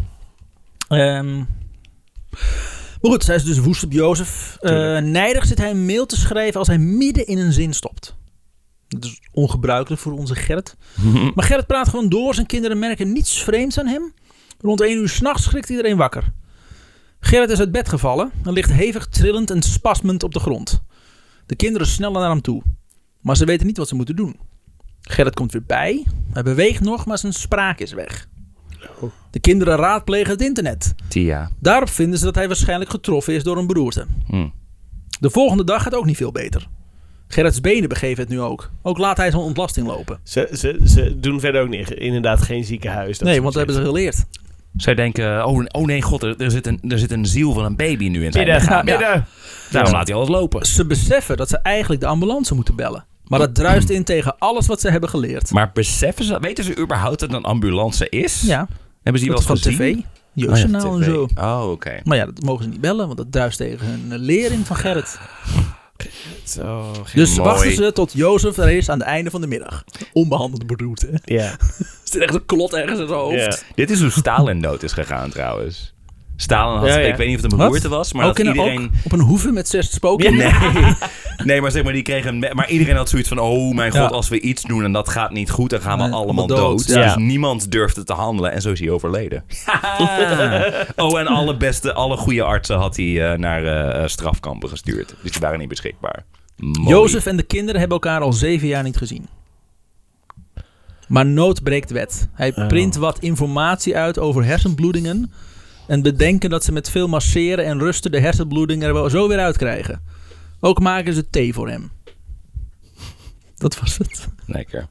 Speaker 1: Maar goed, hij is dus woest op Jozef. Nijdig zit hij een mail te schrijven als hij midden in een zin stopt. Dat is ongebruikelijk voor onze Gerrit. Maar Gerrit praat gewoon door. Zijn kinderen merken niets vreemds aan hem. Rond 1 uur 's nachts schrikt iedereen wakker. Gerrit is uit bed gevallen en ligt hevig trillend en spasmend op de grond. De kinderen snellen naar hem toe. Maar ze weten niet wat ze moeten doen. Gerrit komt weer bij. Hij beweegt nog, maar zijn spraak is weg. De kinderen raadplegen het internet.
Speaker 2: Tia.
Speaker 1: Daarop vinden ze dat hij waarschijnlijk getroffen is door een beroerte. De volgende dag gaat ook niet veel beter. Gerrits benen begeven het nu ook. Ook laat hij zijn ontlasting lopen.
Speaker 3: Ze doen verder ook niet. Inderdaad geen ziekenhuis.
Speaker 1: Nee, want dat hebben ze geleerd.
Speaker 2: Zij denken, oh nee, god, er zit een ziel van een baby nu in zijn
Speaker 3: Midden,
Speaker 2: lichaam.
Speaker 3: midden.
Speaker 2: Daarom laat hij alles lopen.
Speaker 1: Ze beseffen dat ze eigenlijk de ambulance moeten bellen. Maar dat druist in tegen alles wat ze hebben geleerd.
Speaker 2: Maar beseffen ze, weten ze überhaupt dat het een ambulance is?
Speaker 1: Ja,
Speaker 2: Hebben ze die
Speaker 1: dat
Speaker 2: wel
Speaker 1: is van
Speaker 2: eens gezien?
Speaker 1: tv. Jeugdjournaal en zo.
Speaker 2: Oh, oké.
Speaker 1: Maar ja, dat mogen ze niet bellen, want dat druist tegen hun leer in van Gerrit.
Speaker 3: Zo,
Speaker 1: Dus
Speaker 2: mooi.
Speaker 1: wachten ze tot Jozef er is aan het einde van de middag. Onbehandeld beroerte. Er
Speaker 3: ja.
Speaker 1: zit echt een klot ergens in zijn hoofd.
Speaker 3: Ja.
Speaker 2: Dit is hoe Stalin dood is gegaan trouwens. Stalin had,
Speaker 3: Ja, ja.
Speaker 2: ik weet niet of het een
Speaker 1: Wat?
Speaker 2: beroerte was, maar
Speaker 1: ook,
Speaker 2: dat
Speaker 1: ook
Speaker 2: iedereen...
Speaker 1: op een hoeve met 6 spoken.
Speaker 2: Nee, maar zeg maar, die kregen... Maar iedereen had zoiets van, oh mijn god,
Speaker 1: Ja.
Speaker 2: als we iets doen en dat gaat niet goed, dan gaan we
Speaker 1: Nee,
Speaker 2: allemaal
Speaker 1: allemaal
Speaker 2: dood.
Speaker 1: dood.
Speaker 3: Ja.
Speaker 2: Dus niemand durfde te handelen en zo is hij overleden. Oh, en alle goede artsen had hij naar strafkampen gestuurd. Dus die waren niet beschikbaar. Mooi.
Speaker 1: Jozef en de kinderen hebben elkaar al 7 jaar niet gezien. Maar nood breekt wet. Hij print wat informatie uit over hersenbloedingen en bedenken dat ze met veel masseren en rusten de hersenbloedingen er wel zo weer uitkrijgen. Ook maken ze thee voor hem. Dat was het.
Speaker 2: Lekker.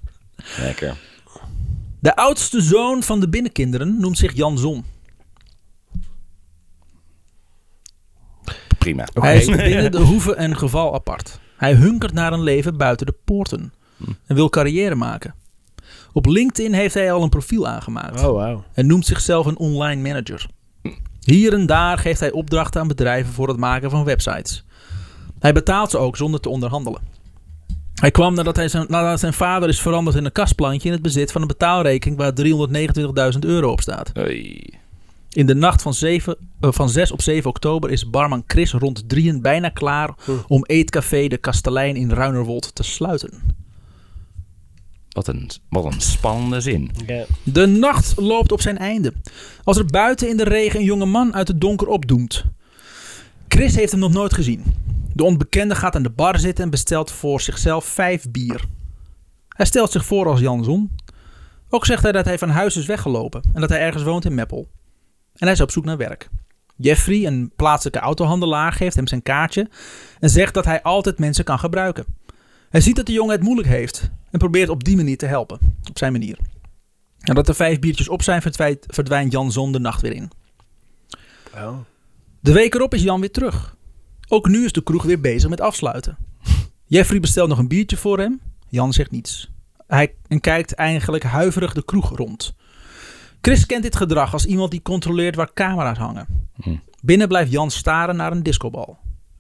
Speaker 1: De oudste zoon van de binnenkinderen noemt zich Jan Zon.
Speaker 2: Prima.
Speaker 1: Hij is binnen de hoeve en geval apart. Hij hunkert naar een leven buiten de poorten en wil carrière maken. Op LinkedIn heeft hij al een profiel aangemaakt.
Speaker 3: Oh, wauw.
Speaker 1: En noemt zichzelf een online manager. Hier en daar geeft hij opdrachten aan bedrijven voor het maken van websites. Hij betaalt ze ook zonder te onderhandelen. Hij kwam nadat zijn vader is veranderd in een kastplantje in het bezit van een betaalrekening waar €329.000 op staat.
Speaker 2: Oei.
Speaker 1: In de nacht van 6 op 7 oktober is barman Chris rond 3 bijna klaar om eetcafé De Kastelein in Ruinerwold te sluiten.
Speaker 2: Wat een spannende zin.
Speaker 3: Ja.
Speaker 1: De nacht loopt op zijn einde. Als er buiten in de regen een jonge man uit het donker opdoemt. Chris heeft hem nog nooit gezien. De onbekende gaat aan de bar zitten en bestelt voor zichzelf 5 bier. Hij stelt zich voor als Jan Zon. Ook zegt hij dat hij van huis is weggelopen en dat hij ergens woont in Meppel. En hij is op zoek naar werk. Jeffrey, een plaatselijke autohandelaar, geeft hem zijn kaartje en zegt dat hij altijd mensen kan gebruiken. Hij ziet dat de jongen het moeilijk heeft en probeert op die manier te helpen, op zijn manier. Nadat er 5 biertjes op zijn, verdwijnt Jan Zon de nacht weer in.
Speaker 3: Oh.
Speaker 1: De week erop is Jan weer terug. Ook nu is de kroeg weer bezig met afsluiten. Jeffrey bestelt nog een biertje voor hem. Jan zegt niets. Hij kijkt eigenlijk huiverig de kroeg rond. Chris kent dit gedrag als iemand die controleert waar camera's hangen. Binnen blijft Jan staren naar een discobal.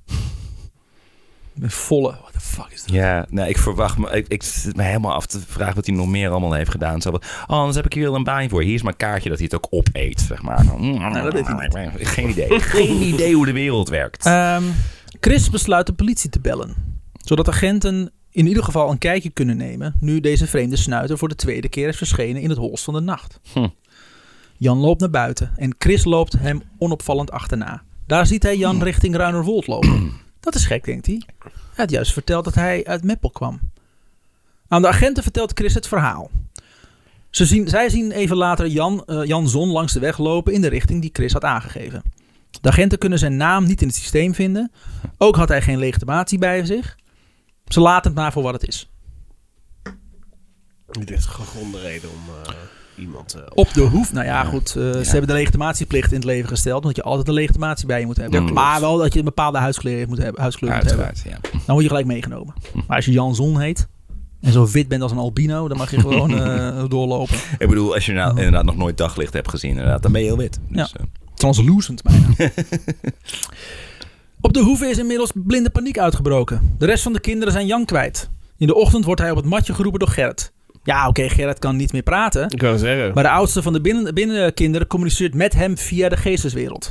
Speaker 1: Met volle, what the fuck is dat?
Speaker 2: Ja, nou, ik verwacht me... Ik zit me helemaal af te vragen wat hij nog meer allemaal heeft gedaan. Zo, anders heb ik hier wel een baan voor. Hier is mijn kaartje dat hij het ook opeet, zeg maar.
Speaker 1: dat weet hij niet.
Speaker 2: Geen idee. Geen idee hoe de wereld werkt.
Speaker 1: Chris besluit de politie te bellen. Zodat agenten in ieder geval een kijkje kunnen nemen... nu deze vreemde snuiter voor de tweede keer is verschenen in het holst van de nacht. Jan loopt naar buiten en Chris loopt hem onopvallend achterna. Daar ziet hij Jan richting Ruinerwold lopen. Dat is gek, denkt hij. Hij had juist verteld dat hij uit Meppel kwam. Aan de agenten vertelt Chris het verhaal. Zij zien even later Jan Zon langs de weg lopen in de richting die Chris had aangegeven. De agenten kunnen zijn naam niet in het systeem vinden. Ook had hij geen legitimatie bij zich. Ze laten het maar voor wat het is.
Speaker 3: Dit is een gegronde reden om iemand...
Speaker 1: Op de hoef, nou ja, goed. Ze hebben de legitimatieplicht in het leven gesteld. Omdat je altijd een legitimatie bij je moet hebben. Maar wel dat je een bepaalde huidskleur moet hebben.
Speaker 2: Ja.
Speaker 1: Dan word je gelijk meegenomen. Maar als je Jan Zon heet en zo wit bent als een albino, dan mag je gewoon doorlopen.
Speaker 2: Ik bedoel, als je nou inderdaad nog nooit daglicht hebt gezien, inderdaad, dan ben je heel wit. Dus,
Speaker 1: Translucent bijna. Op de hoeve is inmiddels blinde paniek uitgebroken. De rest van de kinderen zijn Jan kwijt. In de ochtend wordt hij op het matje geroepen door Gerrit. Ja, oké, Gerrit kan niet meer praten.
Speaker 3: Ik kan zeggen.
Speaker 1: Maar de oudste van de binnenkinderen communiceert met hem via de geesteswereld.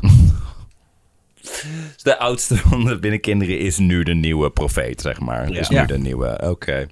Speaker 2: De oudste van de binnenkinderen is nu de nieuwe profeet, zeg maar.
Speaker 3: Ja.
Speaker 2: Is nu de nieuwe, oké.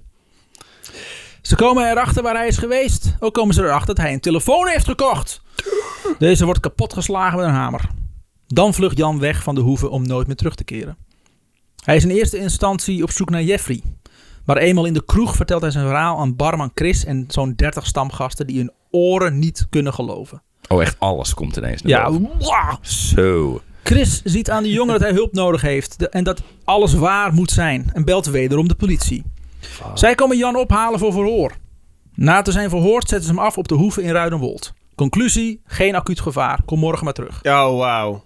Speaker 1: Ze komen erachter waar hij is geweest. Ook komen ze erachter dat hij een telefoon heeft gekocht. Deze wordt kapotgeslagen met een hamer. Dan vlucht Jan weg van de hoeve om nooit meer terug te keren. Hij is in eerste instantie op zoek naar Jeffrey. Maar eenmaal in de kroeg vertelt hij zijn verhaal aan barman Chris en zo'n 30 stamgasten die hun oren niet kunnen geloven.
Speaker 2: Oh, echt alles komt ineens naar boven.
Speaker 1: Wow.
Speaker 2: Zo.
Speaker 1: Chris ziet aan de jongen dat hij hulp nodig heeft en dat alles waar moet zijn en belt wederom de politie. Zij komen Jan ophalen voor verhoor. Na te zijn verhoord zetten ze hem af op de hoeve in Ruidenwold. Conclusie, geen acuut gevaar. Kom morgen maar terug.
Speaker 3: Oh, wauw.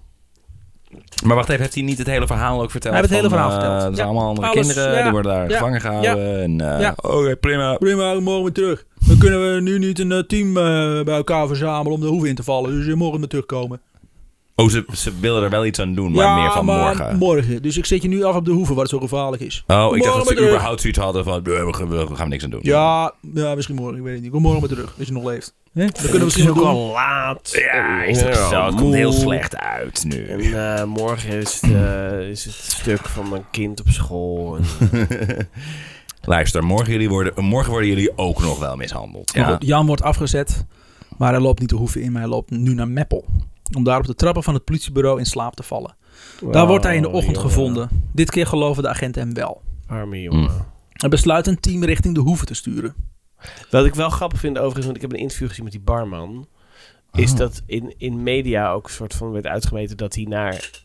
Speaker 2: Maar wacht even, heeft hij niet het hele verhaal ook verteld?
Speaker 1: Hij heeft het hele verhaal verteld.
Speaker 2: Er zijn allemaal andere
Speaker 1: alles,
Speaker 2: kinderen, die worden daar gevangen gehouden. En, Oké, prima.
Speaker 1: Prima, morgen weer terug. Dan kunnen we nu niet een team bij elkaar verzamelen om de hoeve in te vallen. Dus je morgen maar terugkomen.
Speaker 2: Oh, ze willen er wel iets aan doen, maar meer van morgen.
Speaker 1: Morgen. Dus ik zet je nu af op de hoeve waar het zo gevaarlijk is.
Speaker 2: Oh, ik dacht dat ze
Speaker 1: terug.
Speaker 2: überhaupt zoiets hadden van, we gaan niks aan doen.
Speaker 1: Ja, misschien morgen, ik weet het niet. Kom morgen maar terug, als je nog leeft. Dan kunnen we
Speaker 3: Het
Speaker 1: misschien
Speaker 3: is ook
Speaker 1: nog
Speaker 3: al laat.
Speaker 2: Ja, is dat zo? Het komt heel slecht uit nu.
Speaker 3: En morgen is het stuk van een kind op school. En,
Speaker 2: Luister, morgen worden jullie ook nog wel mishandeld. Ja?
Speaker 1: Jan wordt afgezet, maar hij loopt niet de hoeve in, maar hij loopt nu naar Meppel. Om daar op de trappen van het politiebureau in slaap te vallen. Daar wordt hij in de ochtend gevonden. Dit keer geloven de agenten hem wel.
Speaker 3: Arme jongen.
Speaker 1: Hij besluit een team richting de hoeve te sturen.
Speaker 3: Wat ik wel grappig vind overigens, want ik heb een interview gezien met die barman. Is dat in media ook een soort van werd uitgemeten dat hij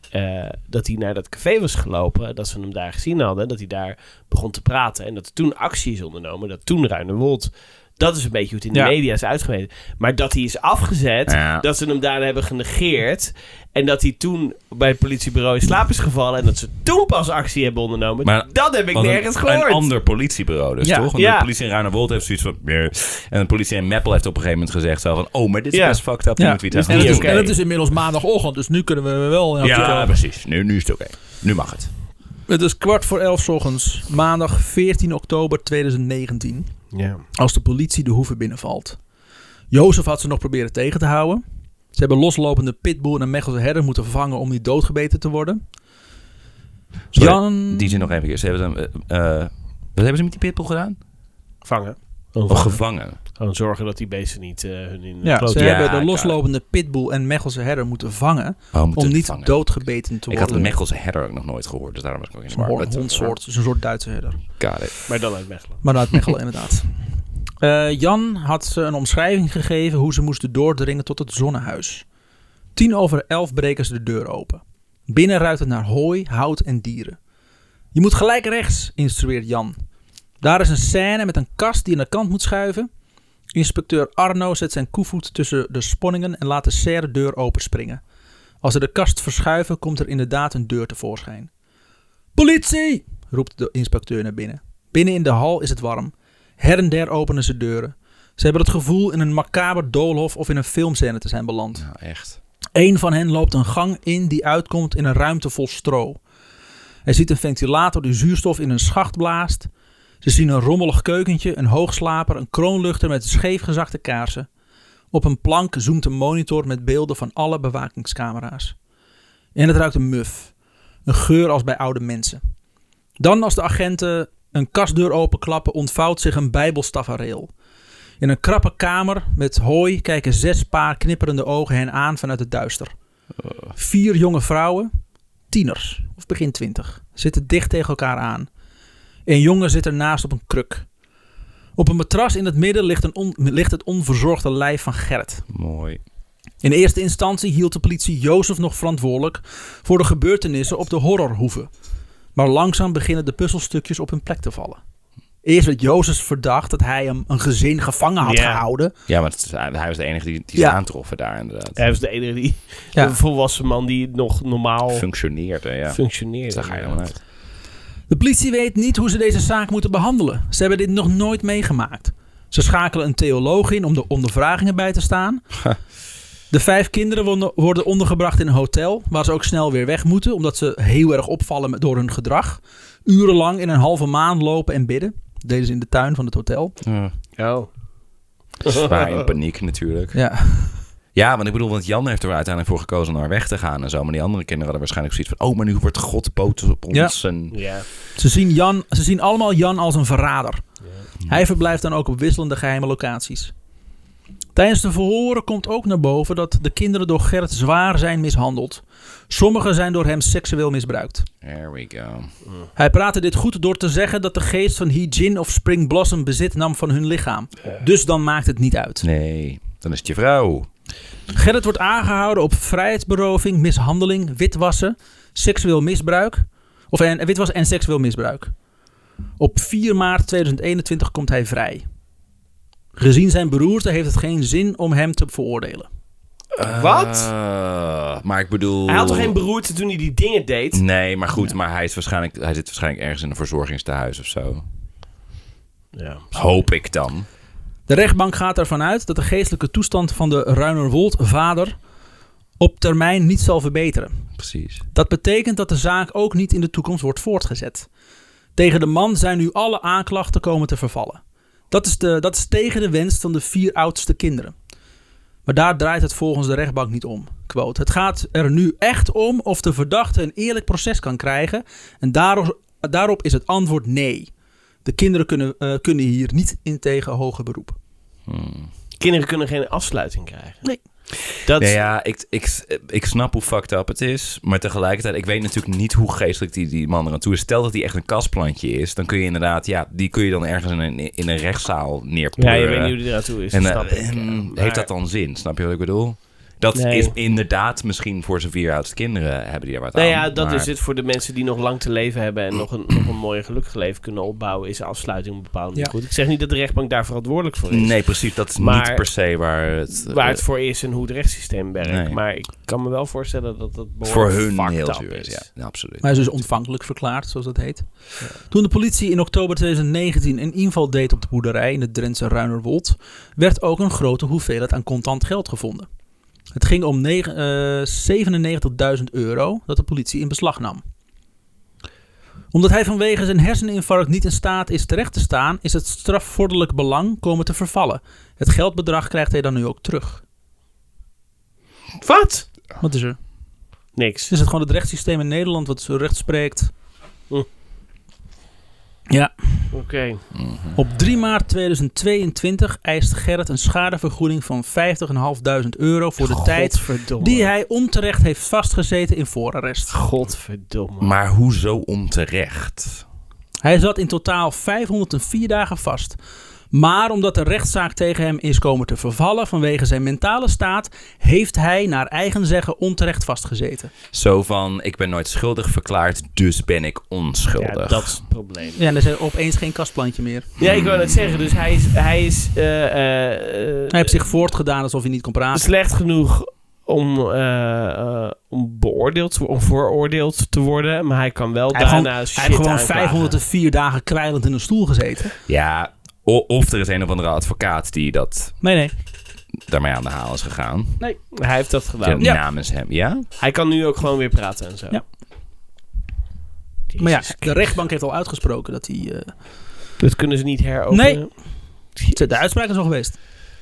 Speaker 3: naar dat café was gelopen. Dat ze hem daar gezien hadden. Dat hij daar begon te praten. En dat er toen actie is ondernomen. Dat toen Ruinerwold... Dat is een beetje hoe het in de media is uitgemeten. Maar dat hij is afgezet. Ja. Dat ze hem daarna hebben genegeerd. En dat hij toen bij het politiebureut in slaap is gevallen. En dat ze toen pas actie hebben ondernomen. Maar dat heb ik nergens gehoord.
Speaker 2: Een ander politiebureau dus, toch? Want de politie in Ruinerwold heeft zoiets van... En de politie in Meppel heeft op een gegeven moment gezegd... Zo van, oh, maar dit is best fucked up.
Speaker 1: En het is inmiddels maandagochtend. Dus nu kunnen we wel...
Speaker 2: Ja, precies. Nu is het oké. Nu mag het.
Speaker 1: Het is 11:15 's ochtends. Maandag 14 oktober 2019.
Speaker 3: Ja.
Speaker 1: Als de politie de hoeve binnenvalt. Jozef had ze nog proberen tegen te houden. Ze hebben loslopende pitbull en een Mechelse herder moeten vangen om niet doodgebeten te worden.
Speaker 2: Sorry, die zin nog even keer. Wat hebben ze met die pitbull gedaan?
Speaker 3: Vangen.
Speaker 2: Gevangen.
Speaker 3: Gewoon zorgen dat die beesten niet hun in
Speaker 1: ze hebben de loslopende pitbull en Mechelse herder moeten vangen om niet doodgebeten te worden.
Speaker 2: Ik had de Mechelse herder ook nog nooit gehoord, dus daarom was ik ook in de war.
Speaker 1: Een hondsoort, dus een soort Duitse herder.
Speaker 3: Maar dan uit Mechelen.
Speaker 1: Maar uit Mechelen, inderdaad. Jan had ze een omschrijving gegeven hoe ze moesten doordringen tot het zonnehuis. 11:10 breken ze de deur open. Binnen ruikt het naar hooi, hout en dieren. Je moet gelijk rechts, instrueert Jan. Daar is een scène met een kast die aan de kant moet schuiven. Inspecteur Arno zet zijn koevoet tussen de sponningen en laat de serre deur openspringen. Als ze de kast verschuiven, komt er inderdaad een deur tevoorschijn. Politie! Roept de inspecteur naar binnen. Binnen in de hal is het warm. Her en der openen ze deuren. Ze hebben het gevoel in een macaber doolhof of in een filmscène te zijn beland.
Speaker 2: Nou, echt.
Speaker 1: Eén van hen loopt een gang in die uitkomt in een ruimte vol stro. Hij ziet een ventilator die zuurstof in een schacht blaast. Ze zien een rommelig keukentje, een hoogslaper, een kroonluchter met scheefgezakte kaarsen. Op een plank zoomt een monitor met beelden van alle bewakingscamera's. En het ruikt een muf. Een geur als bij oude mensen. Dan als de agenten een kastdeur openklappen ontvouwt zich een bijbelstafereel. In een krappe kamer met hooi kijken 6 paar knipperende ogen hen aan vanuit het duister. 4 jonge vrouwen, tieners of begin 20, zitten dicht tegen elkaar aan. Een jongen zit ernaast op een kruk. Op een matras in het midden ligt het onverzorgde lijf van Gerrit.
Speaker 2: Mooi.
Speaker 1: In eerste instantie hield de politie Jozef nog verantwoordelijk voor de gebeurtenissen op de horrorhoeve. Maar langzaam beginnen de puzzelstukjes op hun plek te vallen. Eerst werd Jozef verdacht dat hij een gezin gevangen had gehouden.
Speaker 2: Ja, maar hij was de enige die ze aantroffen daar inderdaad.
Speaker 3: Hij was de enige die... Een volwassen man die nog normaal...
Speaker 2: Functioneerde.
Speaker 3: Daar
Speaker 2: ga je dan uit.
Speaker 1: De politie weet niet hoe ze deze zaak moeten behandelen. Ze hebben dit nog nooit meegemaakt. Ze schakelen een theoloog in om de ondervragingen bij te staan. De 5 kinderen worden ondergebracht in een hotel, waar ze ook snel weer weg moeten, omdat ze heel erg opvallen door hun gedrag. Urenlang in een halve maan lopen en bidden. Dat deden ze in de tuin van het hotel.
Speaker 2: Zwaar in paniek natuurlijk. Ja, want ik bedoel, want Jan heeft er uiteindelijk voor gekozen om naar weg te gaan en zo. Maar die andere kinderen hadden waarschijnlijk zoiets van, maar nu wordt God boos op ons.
Speaker 1: Ja. Ze zien allemaal Jan als een verrader. Ja. Hij verblijft dan ook op wisselende geheime locaties. Tijdens de verhoren komt ook naar boven dat de kinderen door Gerrit zwaar zijn mishandeld. Sommigen zijn door hem seksueel misbruikt.
Speaker 2: There we go.
Speaker 1: Hij praatte dit goed door te zeggen dat de geest van Hee-Jin of Spring Blossom bezit nam van hun lichaam. Dus dan maakt het niet uit.
Speaker 2: Nee, dan is het je vrouw.
Speaker 1: Gerrit wordt aangehouden op vrijheidsberoving, mishandeling, witwassen, seksueel misbruik. Witwassen en seksueel misbruik. Op 4 maart 2021 komt hij vrij. Gezien zijn beroerte heeft het geen zin om hem te veroordelen.
Speaker 3: Wat?
Speaker 2: Maar ik bedoel...
Speaker 3: Hij had toch geen beroerte toen hij die dingen deed?
Speaker 2: Nee, maar goed, maar hij zit waarschijnlijk ergens in een verzorgingstehuis of zo.
Speaker 3: Ja.
Speaker 2: Hoop ik dan.
Speaker 1: De rechtbank gaat ervan uit dat de geestelijke toestand van de Ruinerwold-vader op termijn niet zal verbeteren.
Speaker 2: Precies.
Speaker 1: Dat betekent dat de zaak ook niet in de toekomst wordt voortgezet. Tegen de man zijn nu alle aanklachten komen te vervallen. Dat is tegen de wens van de 4 oudste kinderen. Maar daar draait het volgens de rechtbank niet om. Quote, het gaat er nu echt om of de verdachte een eerlijk proces kan krijgen. En daarop is het antwoord nee. De kinderen kunnen hier niet in tegen hoger beroep.
Speaker 3: Kinderen kunnen geen afsluiting krijgen.
Speaker 1: Nee.
Speaker 2: Ik snap hoe fucked up het is. Maar tegelijkertijd, ik weet natuurlijk niet hoe geestelijk die man er aan toe is. Stel dat hij echt een kastplantje is. Dan kun je inderdaad, die kun je dan ergens in een rechtszaal neerpleuren.
Speaker 3: Ja, je weet niet hoe die eraan toe is.
Speaker 2: Heeft dat dan zin? Snap je wat ik bedoel? Dat is inderdaad misschien voor zijn 4 oudste kinderen hebben die er wat aan.
Speaker 3: Ja, dat is het voor de mensen die nog lang te leven hebben en nog een mooie gelukkig leven kunnen opbouwen, is de afsluiting bepaald niet goed. Ik zeg niet dat de rechtbank daar verantwoordelijk voor is.
Speaker 2: Nee, precies. Dat is niet per se waar het
Speaker 3: voor is en hoe het rechtssysteem werkt. Nee. Maar ik kan me wel voorstellen dat dat
Speaker 2: voor hun heel zuur is. Ja, absoluut.
Speaker 1: Maar hij is dus ontvankelijk verklaard, zoals dat heet. Ja. Toen de politie in oktober 2019 een inval deed op de boerderij in het Drentse Ruinerwold, werd ook een grote hoeveelheid aan contant geld gevonden. Het ging om €97.000 dat de politie in beslag nam. Omdat hij vanwege zijn herseninfarct niet in staat is terecht te staan, is het strafvorderlijk belang komen te vervallen. Het geldbedrag krijgt hij dan nu ook terug.
Speaker 3: Wat?
Speaker 1: Wat is er?
Speaker 3: Niks.
Speaker 1: Is het gewoon het rechtssysteem in Nederland wat zo recht spreekt? Ja.
Speaker 3: Oké.
Speaker 1: Op 3 maart 2022 eist Gerrit een schadevergoeding van €50.500 voor de tijd die hij onterecht heeft vastgezeten in voorarrest.
Speaker 3: Godverdomme.
Speaker 2: Maar hoezo onterecht?
Speaker 1: Hij zat in totaal 504 dagen vast. Maar omdat de rechtszaak tegen hem is komen te vervallen vanwege zijn mentale staat, heeft hij naar eigen zeggen onterecht vastgezeten.
Speaker 2: Zo van, ik ben nooit schuldig verklaard, dus ben ik onschuldig.
Speaker 3: Ja, dat is het probleem.
Speaker 1: Ja, en er is opeens geen kastplantje meer.
Speaker 3: Ja, ik wou net zeggen. Dus hij is
Speaker 1: Hij heeft zich voortgedaan alsof hij niet kon praten.
Speaker 3: slecht genoeg om vooroordeeld te worden. Maar hij kan wel
Speaker 1: Hij heeft gewoon
Speaker 3: aanklagen.
Speaker 1: 504 dagen kwijlend in een stoel gezeten.
Speaker 2: Ja, of er is een of andere advocaat die dat
Speaker 1: Nee.
Speaker 2: daarmee aan de haal is gegaan.
Speaker 3: Nee, hij heeft dat gedaan.
Speaker 1: Ja.
Speaker 2: Namens hem, ja?
Speaker 3: Hij kan nu ook gewoon weer praten en zo.
Speaker 1: Ja.
Speaker 3: Jezus
Speaker 1: Maar ja,
Speaker 3: Christus.
Speaker 1: de rechtbank heeft al uitgesproken dat hij...
Speaker 3: Dat kunnen ze niet heropenen.
Speaker 1: Nee. De uitspraak is al geweest.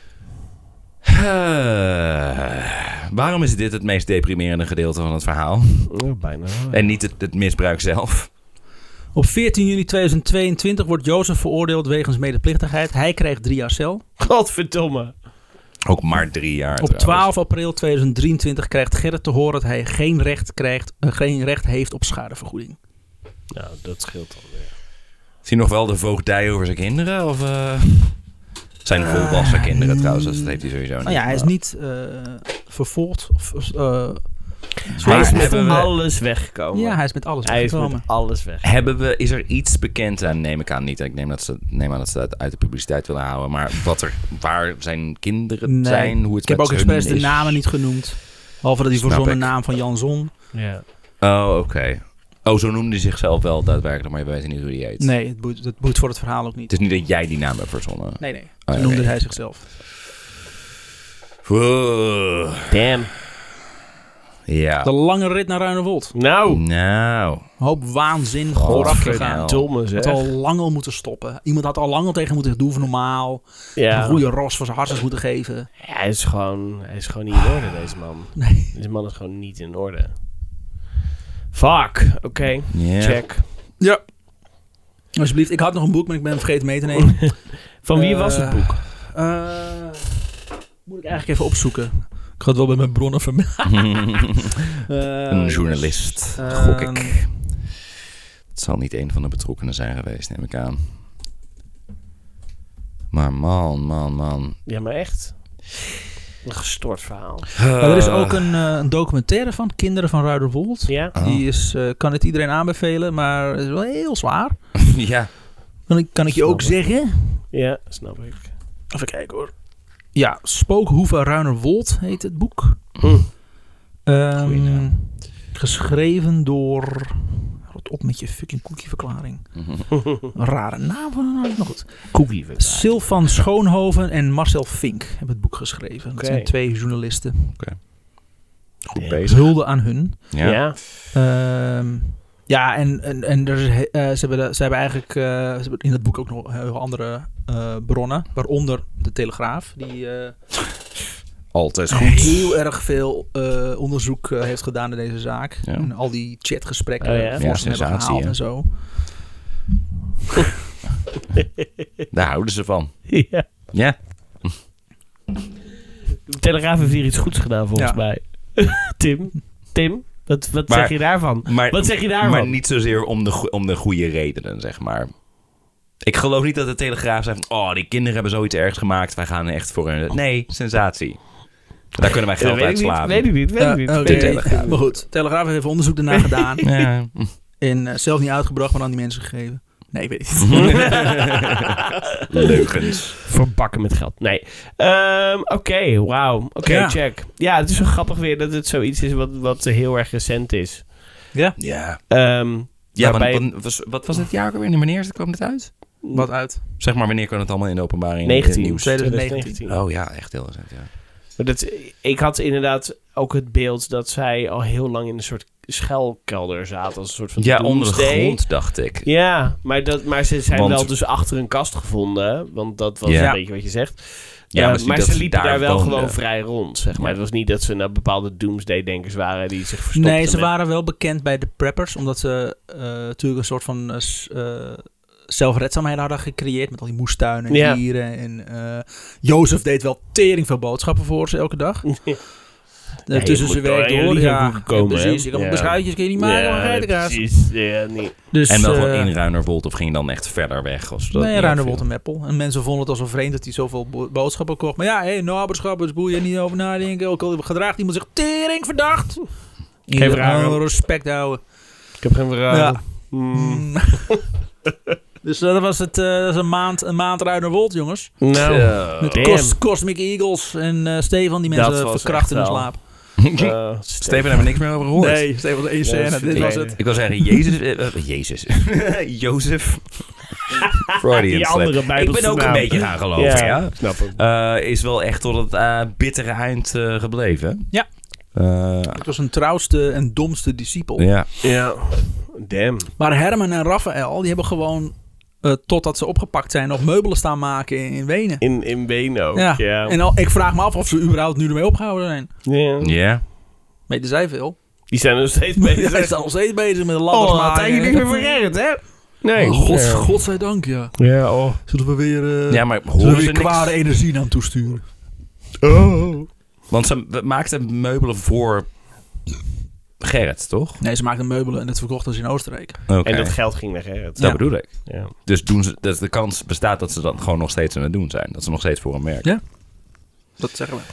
Speaker 2: Waarom is dit het meest deprimerende gedeelte van het verhaal?
Speaker 3: Oh, bijna.
Speaker 2: En niet het misbruik zelf?
Speaker 1: Op 14 juni 2022 wordt Jozef veroordeeld wegens medeplichtigheid. Hij krijgt 3 jaar cel.
Speaker 3: Godverdomme.
Speaker 2: Ook maar 3 jaar.
Speaker 1: Op
Speaker 2: trouwens.
Speaker 1: 12 april 2023 krijgt Gerrit te horen dat hij geen recht heeft op schadevergoeding.
Speaker 3: Nou, dat scheelt dan weer.
Speaker 2: Is hij nog wel de voogdij over zijn kinderen? Of zijn volwassen kinderen trouwens? Dat heeft hij sowieso niet.
Speaker 1: Nou ja, hij is niet vervolgd.
Speaker 3: Hij is met
Speaker 2: hebben we-
Speaker 3: alles weggekomen.
Speaker 1: Ja, hij is met alles
Speaker 3: Hij is
Speaker 1: weggekomen.
Speaker 3: met alles weg.
Speaker 2: Is er iets bekend aan? Neem ik aan niet. Ik neem aan dat ze het uit de publiciteit willen houden. Maar waar zijn kinderen
Speaker 1: Nee.
Speaker 2: zijn? Hoe het
Speaker 1: Ik heb
Speaker 2: met
Speaker 1: ook
Speaker 2: hun
Speaker 1: expres de
Speaker 2: is?
Speaker 1: namen niet genoemd. Behalve dat hij
Speaker 2: Snap
Speaker 1: verzonnen
Speaker 2: ik.
Speaker 1: naam van Jan Zon.
Speaker 3: Ja.
Speaker 2: Oh, oké. Oh, zo noemde hij zichzelf wel daadwerkelijk, maar je weet niet hoe hij heet.
Speaker 1: Nee, het boeit voor het verhaal ook niet.
Speaker 2: Het is niet dat jij die naam hebt verzonnen.
Speaker 1: Nee.
Speaker 2: Oh,
Speaker 1: Zo
Speaker 2: oké.
Speaker 1: noemde hij zichzelf.
Speaker 2: Oeh.
Speaker 3: Damn.
Speaker 2: Ja.
Speaker 1: De lange rit naar Ruinewold.
Speaker 3: Nou.
Speaker 2: Nou.
Speaker 1: Een hoop waanzin vooraf gegaan.
Speaker 3: Domme
Speaker 1: Het
Speaker 3: zeg.
Speaker 1: had al lang al moeten stoppen. Iemand had al lang al tegen moeten doen van normaal.
Speaker 3: Ja.
Speaker 1: Een goede ros voor zijn hartjes moeten geven.
Speaker 3: Ja, hij is gewoon niet in orde, deze man.
Speaker 1: Nee.
Speaker 3: Deze man is gewoon niet in orde. Fuck. Oké.
Speaker 2: Ja.
Speaker 3: Check.
Speaker 1: Ja. Alsjeblieft. Ik had nog een boek, maar ik ben hem vergeten mee te nemen.
Speaker 3: Van wie was het boek?
Speaker 1: Moet ik eigenlijk even opzoeken. Ik ga het wel bij mijn bronnen vermelden.
Speaker 2: Een journalist, gok ik. Het zal niet een van de betrokkenen zijn geweest, neem ik aan. Maar man.
Speaker 3: Ja, maar echt. Een gestoord verhaal.
Speaker 1: Er is ook een documentaire van Kinderen van Ruiderwold.
Speaker 3: Ja?
Speaker 2: Oh.
Speaker 1: Die kan het iedereen aanbevelen, maar het is wel heel zwaar.
Speaker 2: Ja.
Speaker 1: Kan ik je ook zeggen?
Speaker 3: Ja, snap ik.
Speaker 1: Even kijken hoor. Ja, Spookhoeve Ruinerwold heet het boek.
Speaker 3: Goeie naam.
Speaker 1: Geschreven door... Rot op met je fucking cookie-verklaring. Een rare naam van een nog goed.
Speaker 3: Cookie.
Speaker 1: Sylvan Schoonhoven en Marcel Fink hebben het boek geschreven. Dat
Speaker 3: Oké.
Speaker 1: zijn 2 journalisten.
Speaker 2: Goed bezig.
Speaker 1: Hulde aan hun.
Speaker 3: Ja.
Speaker 1: Ja, en ze hebben eigenlijk ze hebben in het boek ook nog heel andere bronnen. Waaronder de Telegraaf. Die
Speaker 2: Altijd goed.
Speaker 1: heel erg veel onderzoek heeft gedaan naar deze zaak.
Speaker 2: Ja.
Speaker 1: En al die chatgesprekken
Speaker 3: Oh ja.
Speaker 1: voor
Speaker 2: Ja,
Speaker 1: ze hebben
Speaker 2: sensatie,
Speaker 1: gehaald
Speaker 2: hè?
Speaker 1: en zo.
Speaker 2: Daar houden ze van.
Speaker 3: Ja.
Speaker 2: Ja.
Speaker 3: De Telegraaf heeft hier iets goeds gedaan, volgens
Speaker 1: Ja.
Speaker 3: mij. Tim, wat
Speaker 2: Maar-
Speaker 3: zeg je daarvan?
Speaker 2: Maar,
Speaker 3: Wat zeg je daarvan?
Speaker 2: Maar niet zozeer om de goede redenen, zeg maar. Ik geloof niet dat de Telegraaf zegt van... Oh, die kinderen hebben zoiets ergs gemaakt. Wij gaan echt voor een... Nee, sensatie. Daar kunnen wij geld
Speaker 3: weet ik
Speaker 2: uitslaan.
Speaker 3: niet, weet ik niet.
Speaker 1: Oké.
Speaker 2: De Telegraaf.
Speaker 1: Maar goed, Telegraaf heeft even onderzoek daarna gedaan.
Speaker 2: Ja.
Speaker 1: En zelf niet uitgebracht, maar aan die mensen gegeven. Nee, ik weet het niet.
Speaker 2: Leugens.
Speaker 3: Verbakken met geld. Nee. Oké, wauw. Oké,
Speaker 1: Ja.
Speaker 3: check. Ja, het is wel grappig weer dat het zoiets is wat heel erg recent is.
Speaker 1: Ja.
Speaker 2: Ja.
Speaker 3: Ja,
Speaker 2: Wat was het jaar alweer? Wanneer kwam het uit?
Speaker 1: Wat uit?
Speaker 2: Zeg maar, wanneer kwam het allemaal in de openbaring?
Speaker 3: 19.
Speaker 2: Nieuws?
Speaker 1: 2019.
Speaker 2: Oh ja, echt heel recent, ja.
Speaker 3: Maar ik had inderdaad ook het beeld dat zij al heel lang in een soort schuilkelder zaten. Als een soort van
Speaker 2: Ja, onder de
Speaker 3: doomsday.
Speaker 2: grond, dacht ik.
Speaker 3: Ja, maar ze zijn
Speaker 2: Want-
Speaker 3: wel dus achter een kast gevonden. Want dat was
Speaker 2: Ja.
Speaker 3: een beetje wat je zegt.
Speaker 2: Ja, maar het is niet
Speaker 3: maar
Speaker 2: dat
Speaker 3: ze
Speaker 2: ze
Speaker 3: liepen daar wel
Speaker 2: woonden.
Speaker 3: gewoon vrij rond, zeg maar.
Speaker 2: Ja.
Speaker 3: Het was niet dat ze naar bepaalde doomsday-denkers waren die zich verstopten.
Speaker 1: Nee, ze
Speaker 3: met-
Speaker 1: waren wel bekend bij de preppers. Omdat ze natuurlijk een soort van zelfredzaamheid hadden gecreëerd. Met al die moestuinen en
Speaker 3: Ja.
Speaker 1: dieren. En Jozef deed wel tering veel boodschappen voor ze elke dag. tussen zijn werk door. Ja, precies.
Speaker 3: Hè?
Speaker 1: Ik heb beschuitjes kun je niet maken, maar geitenkaas.
Speaker 3: Precies. Ja, niet.
Speaker 1: Dus,
Speaker 2: En dan gewoon in Ruinerwold of ging je dan echt verder weg? Of dat
Speaker 1: nee, Ruinerwold en Meppel. En mensen vonden het al zo vreemd dat hij zoveel boodschappen kocht. Maar ja, naberschappen, dus boeien niet over nadenken. Ook al gedraagt iemand zich tering verdacht.
Speaker 3: Geen vragen.
Speaker 1: Respect houden.
Speaker 3: Ik heb geen vragen.
Speaker 1: Ja. Dus dat was het. Dat is een maand Ruinerwold, jongens.
Speaker 3: Nou,
Speaker 1: Met Cosmic Eagles en Stefan die mensen verkrachten in hun slaap.
Speaker 2: Steven hebben we niks meer over gehoord.
Speaker 1: Nee, Stefan was één scène. Dit was het.
Speaker 2: Ik wil zeggen, Jezus. Jozef. Freudian
Speaker 3: Die andere
Speaker 2: slip. Ik
Speaker 3: Bijbelse
Speaker 2: ben ook
Speaker 3: naam.
Speaker 2: een beetje gaan geloven, ja.
Speaker 3: Snap hem.
Speaker 2: Is wel echt tot het bittere eind gebleven.
Speaker 1: Ja. Het was een trouwste en domste discipel.
Speaker 2: Ja.
Speaker 3: Ja. Damn.
Speaker 1: Maar Herman en Raphaël, die hebben gewoon, totdat ze opgepakt zijn, nog meubelen staan maken in Wenen.
Speaker 3: In Wenen ook, ja.
Speaker 1: En ik vraag me af of ze überhaupt nu ermee opgehouden zijn.
Speaker 3: Ja.
Speaker 2: Ja.
Speaker 1: Weten zij veel?
Speaker 3: Die zijn nog steeds bezig.
Speaker 1: Zij staan nog steeds bezig met de ladders maken.
Speaker 3: Tijdje niet meer vergeten, hè? Nee.
Speaker 1: Godzijdank, ja.
Speaker 3: Ja, oh.
Speaker 1: Zullen we weer,
Speaker 2: Ja, maar horen ze niks?
Speaker 1: kwade energie naar hem toesturen?
Speaker 3: Oh.
Speaker 2: Want ze maakten meubelen voor Gerrit, toch?
Speaker 1: Nee, ze maakten meubelen en dat verkochten ze in Oostenrijk.
Speaker 2: Oké.
Speaker 3: En dat geld ging naar Gerrit.
Speaker 2: Dat bedoel ik.
Speaker 3: Ja.
Speaker 2: Dus doen ze, dat de kans bestaat dat ze dat gewoon nog steeds aan het doen zijn. Dat ze nog steeds voor hem werken.
Speaker 1: Ja. Dat zeggen we.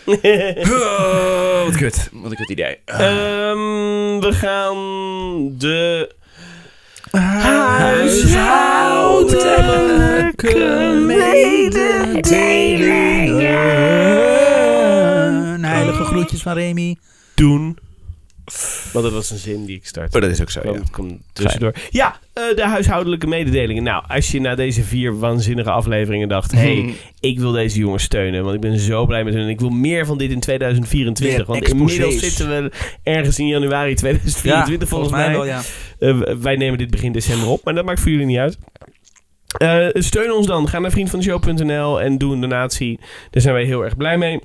Speaker 2: Wat kut. Wat een kut idee.
Speaker 3: We gaan de
Speaker 1: huishoudelijke mededelingen. Heilige groetjes van Remy.
Speaker 3: doen. Want dat was een zin die ik startte.
Speaker 2: Maar dat is ook zo, ja.
Speaker 3: Kom tussendoor. Ja, de huishoudelijke mededelingen. Nou, als je na deze 4 waanzinnige afleveringen dacht... hey, ik wil deze jongens steunen, want ik ben zo blij met hun... en ik wil meer van dit in 2024. Want inmiddels zitten we ergens in januari 2024 volgens mij.
Speaker 1: Wel, ja.
Speaker 3: Wij nemen dit begin december op, maar dat maakt voor jullie niet uit. Steun ons dan. Ga naar vriendvandeshow.nl en doe een donatie. Daar zijn wij heel erg blij mee.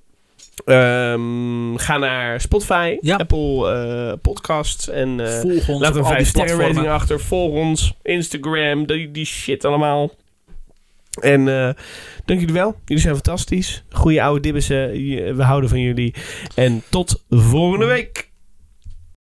Speaker 3: Ga naar Spotify, Apple Podcasts en
Speaker 1: volg ons
Speaker 3: laat een 5-sterren rating achter. Volg ons, Instagram, die shit allemaal. En dank jullie wel. Jullie zijn fantastisch. Goeie oude dibbissen. We houden van jullie. En tot volgende week.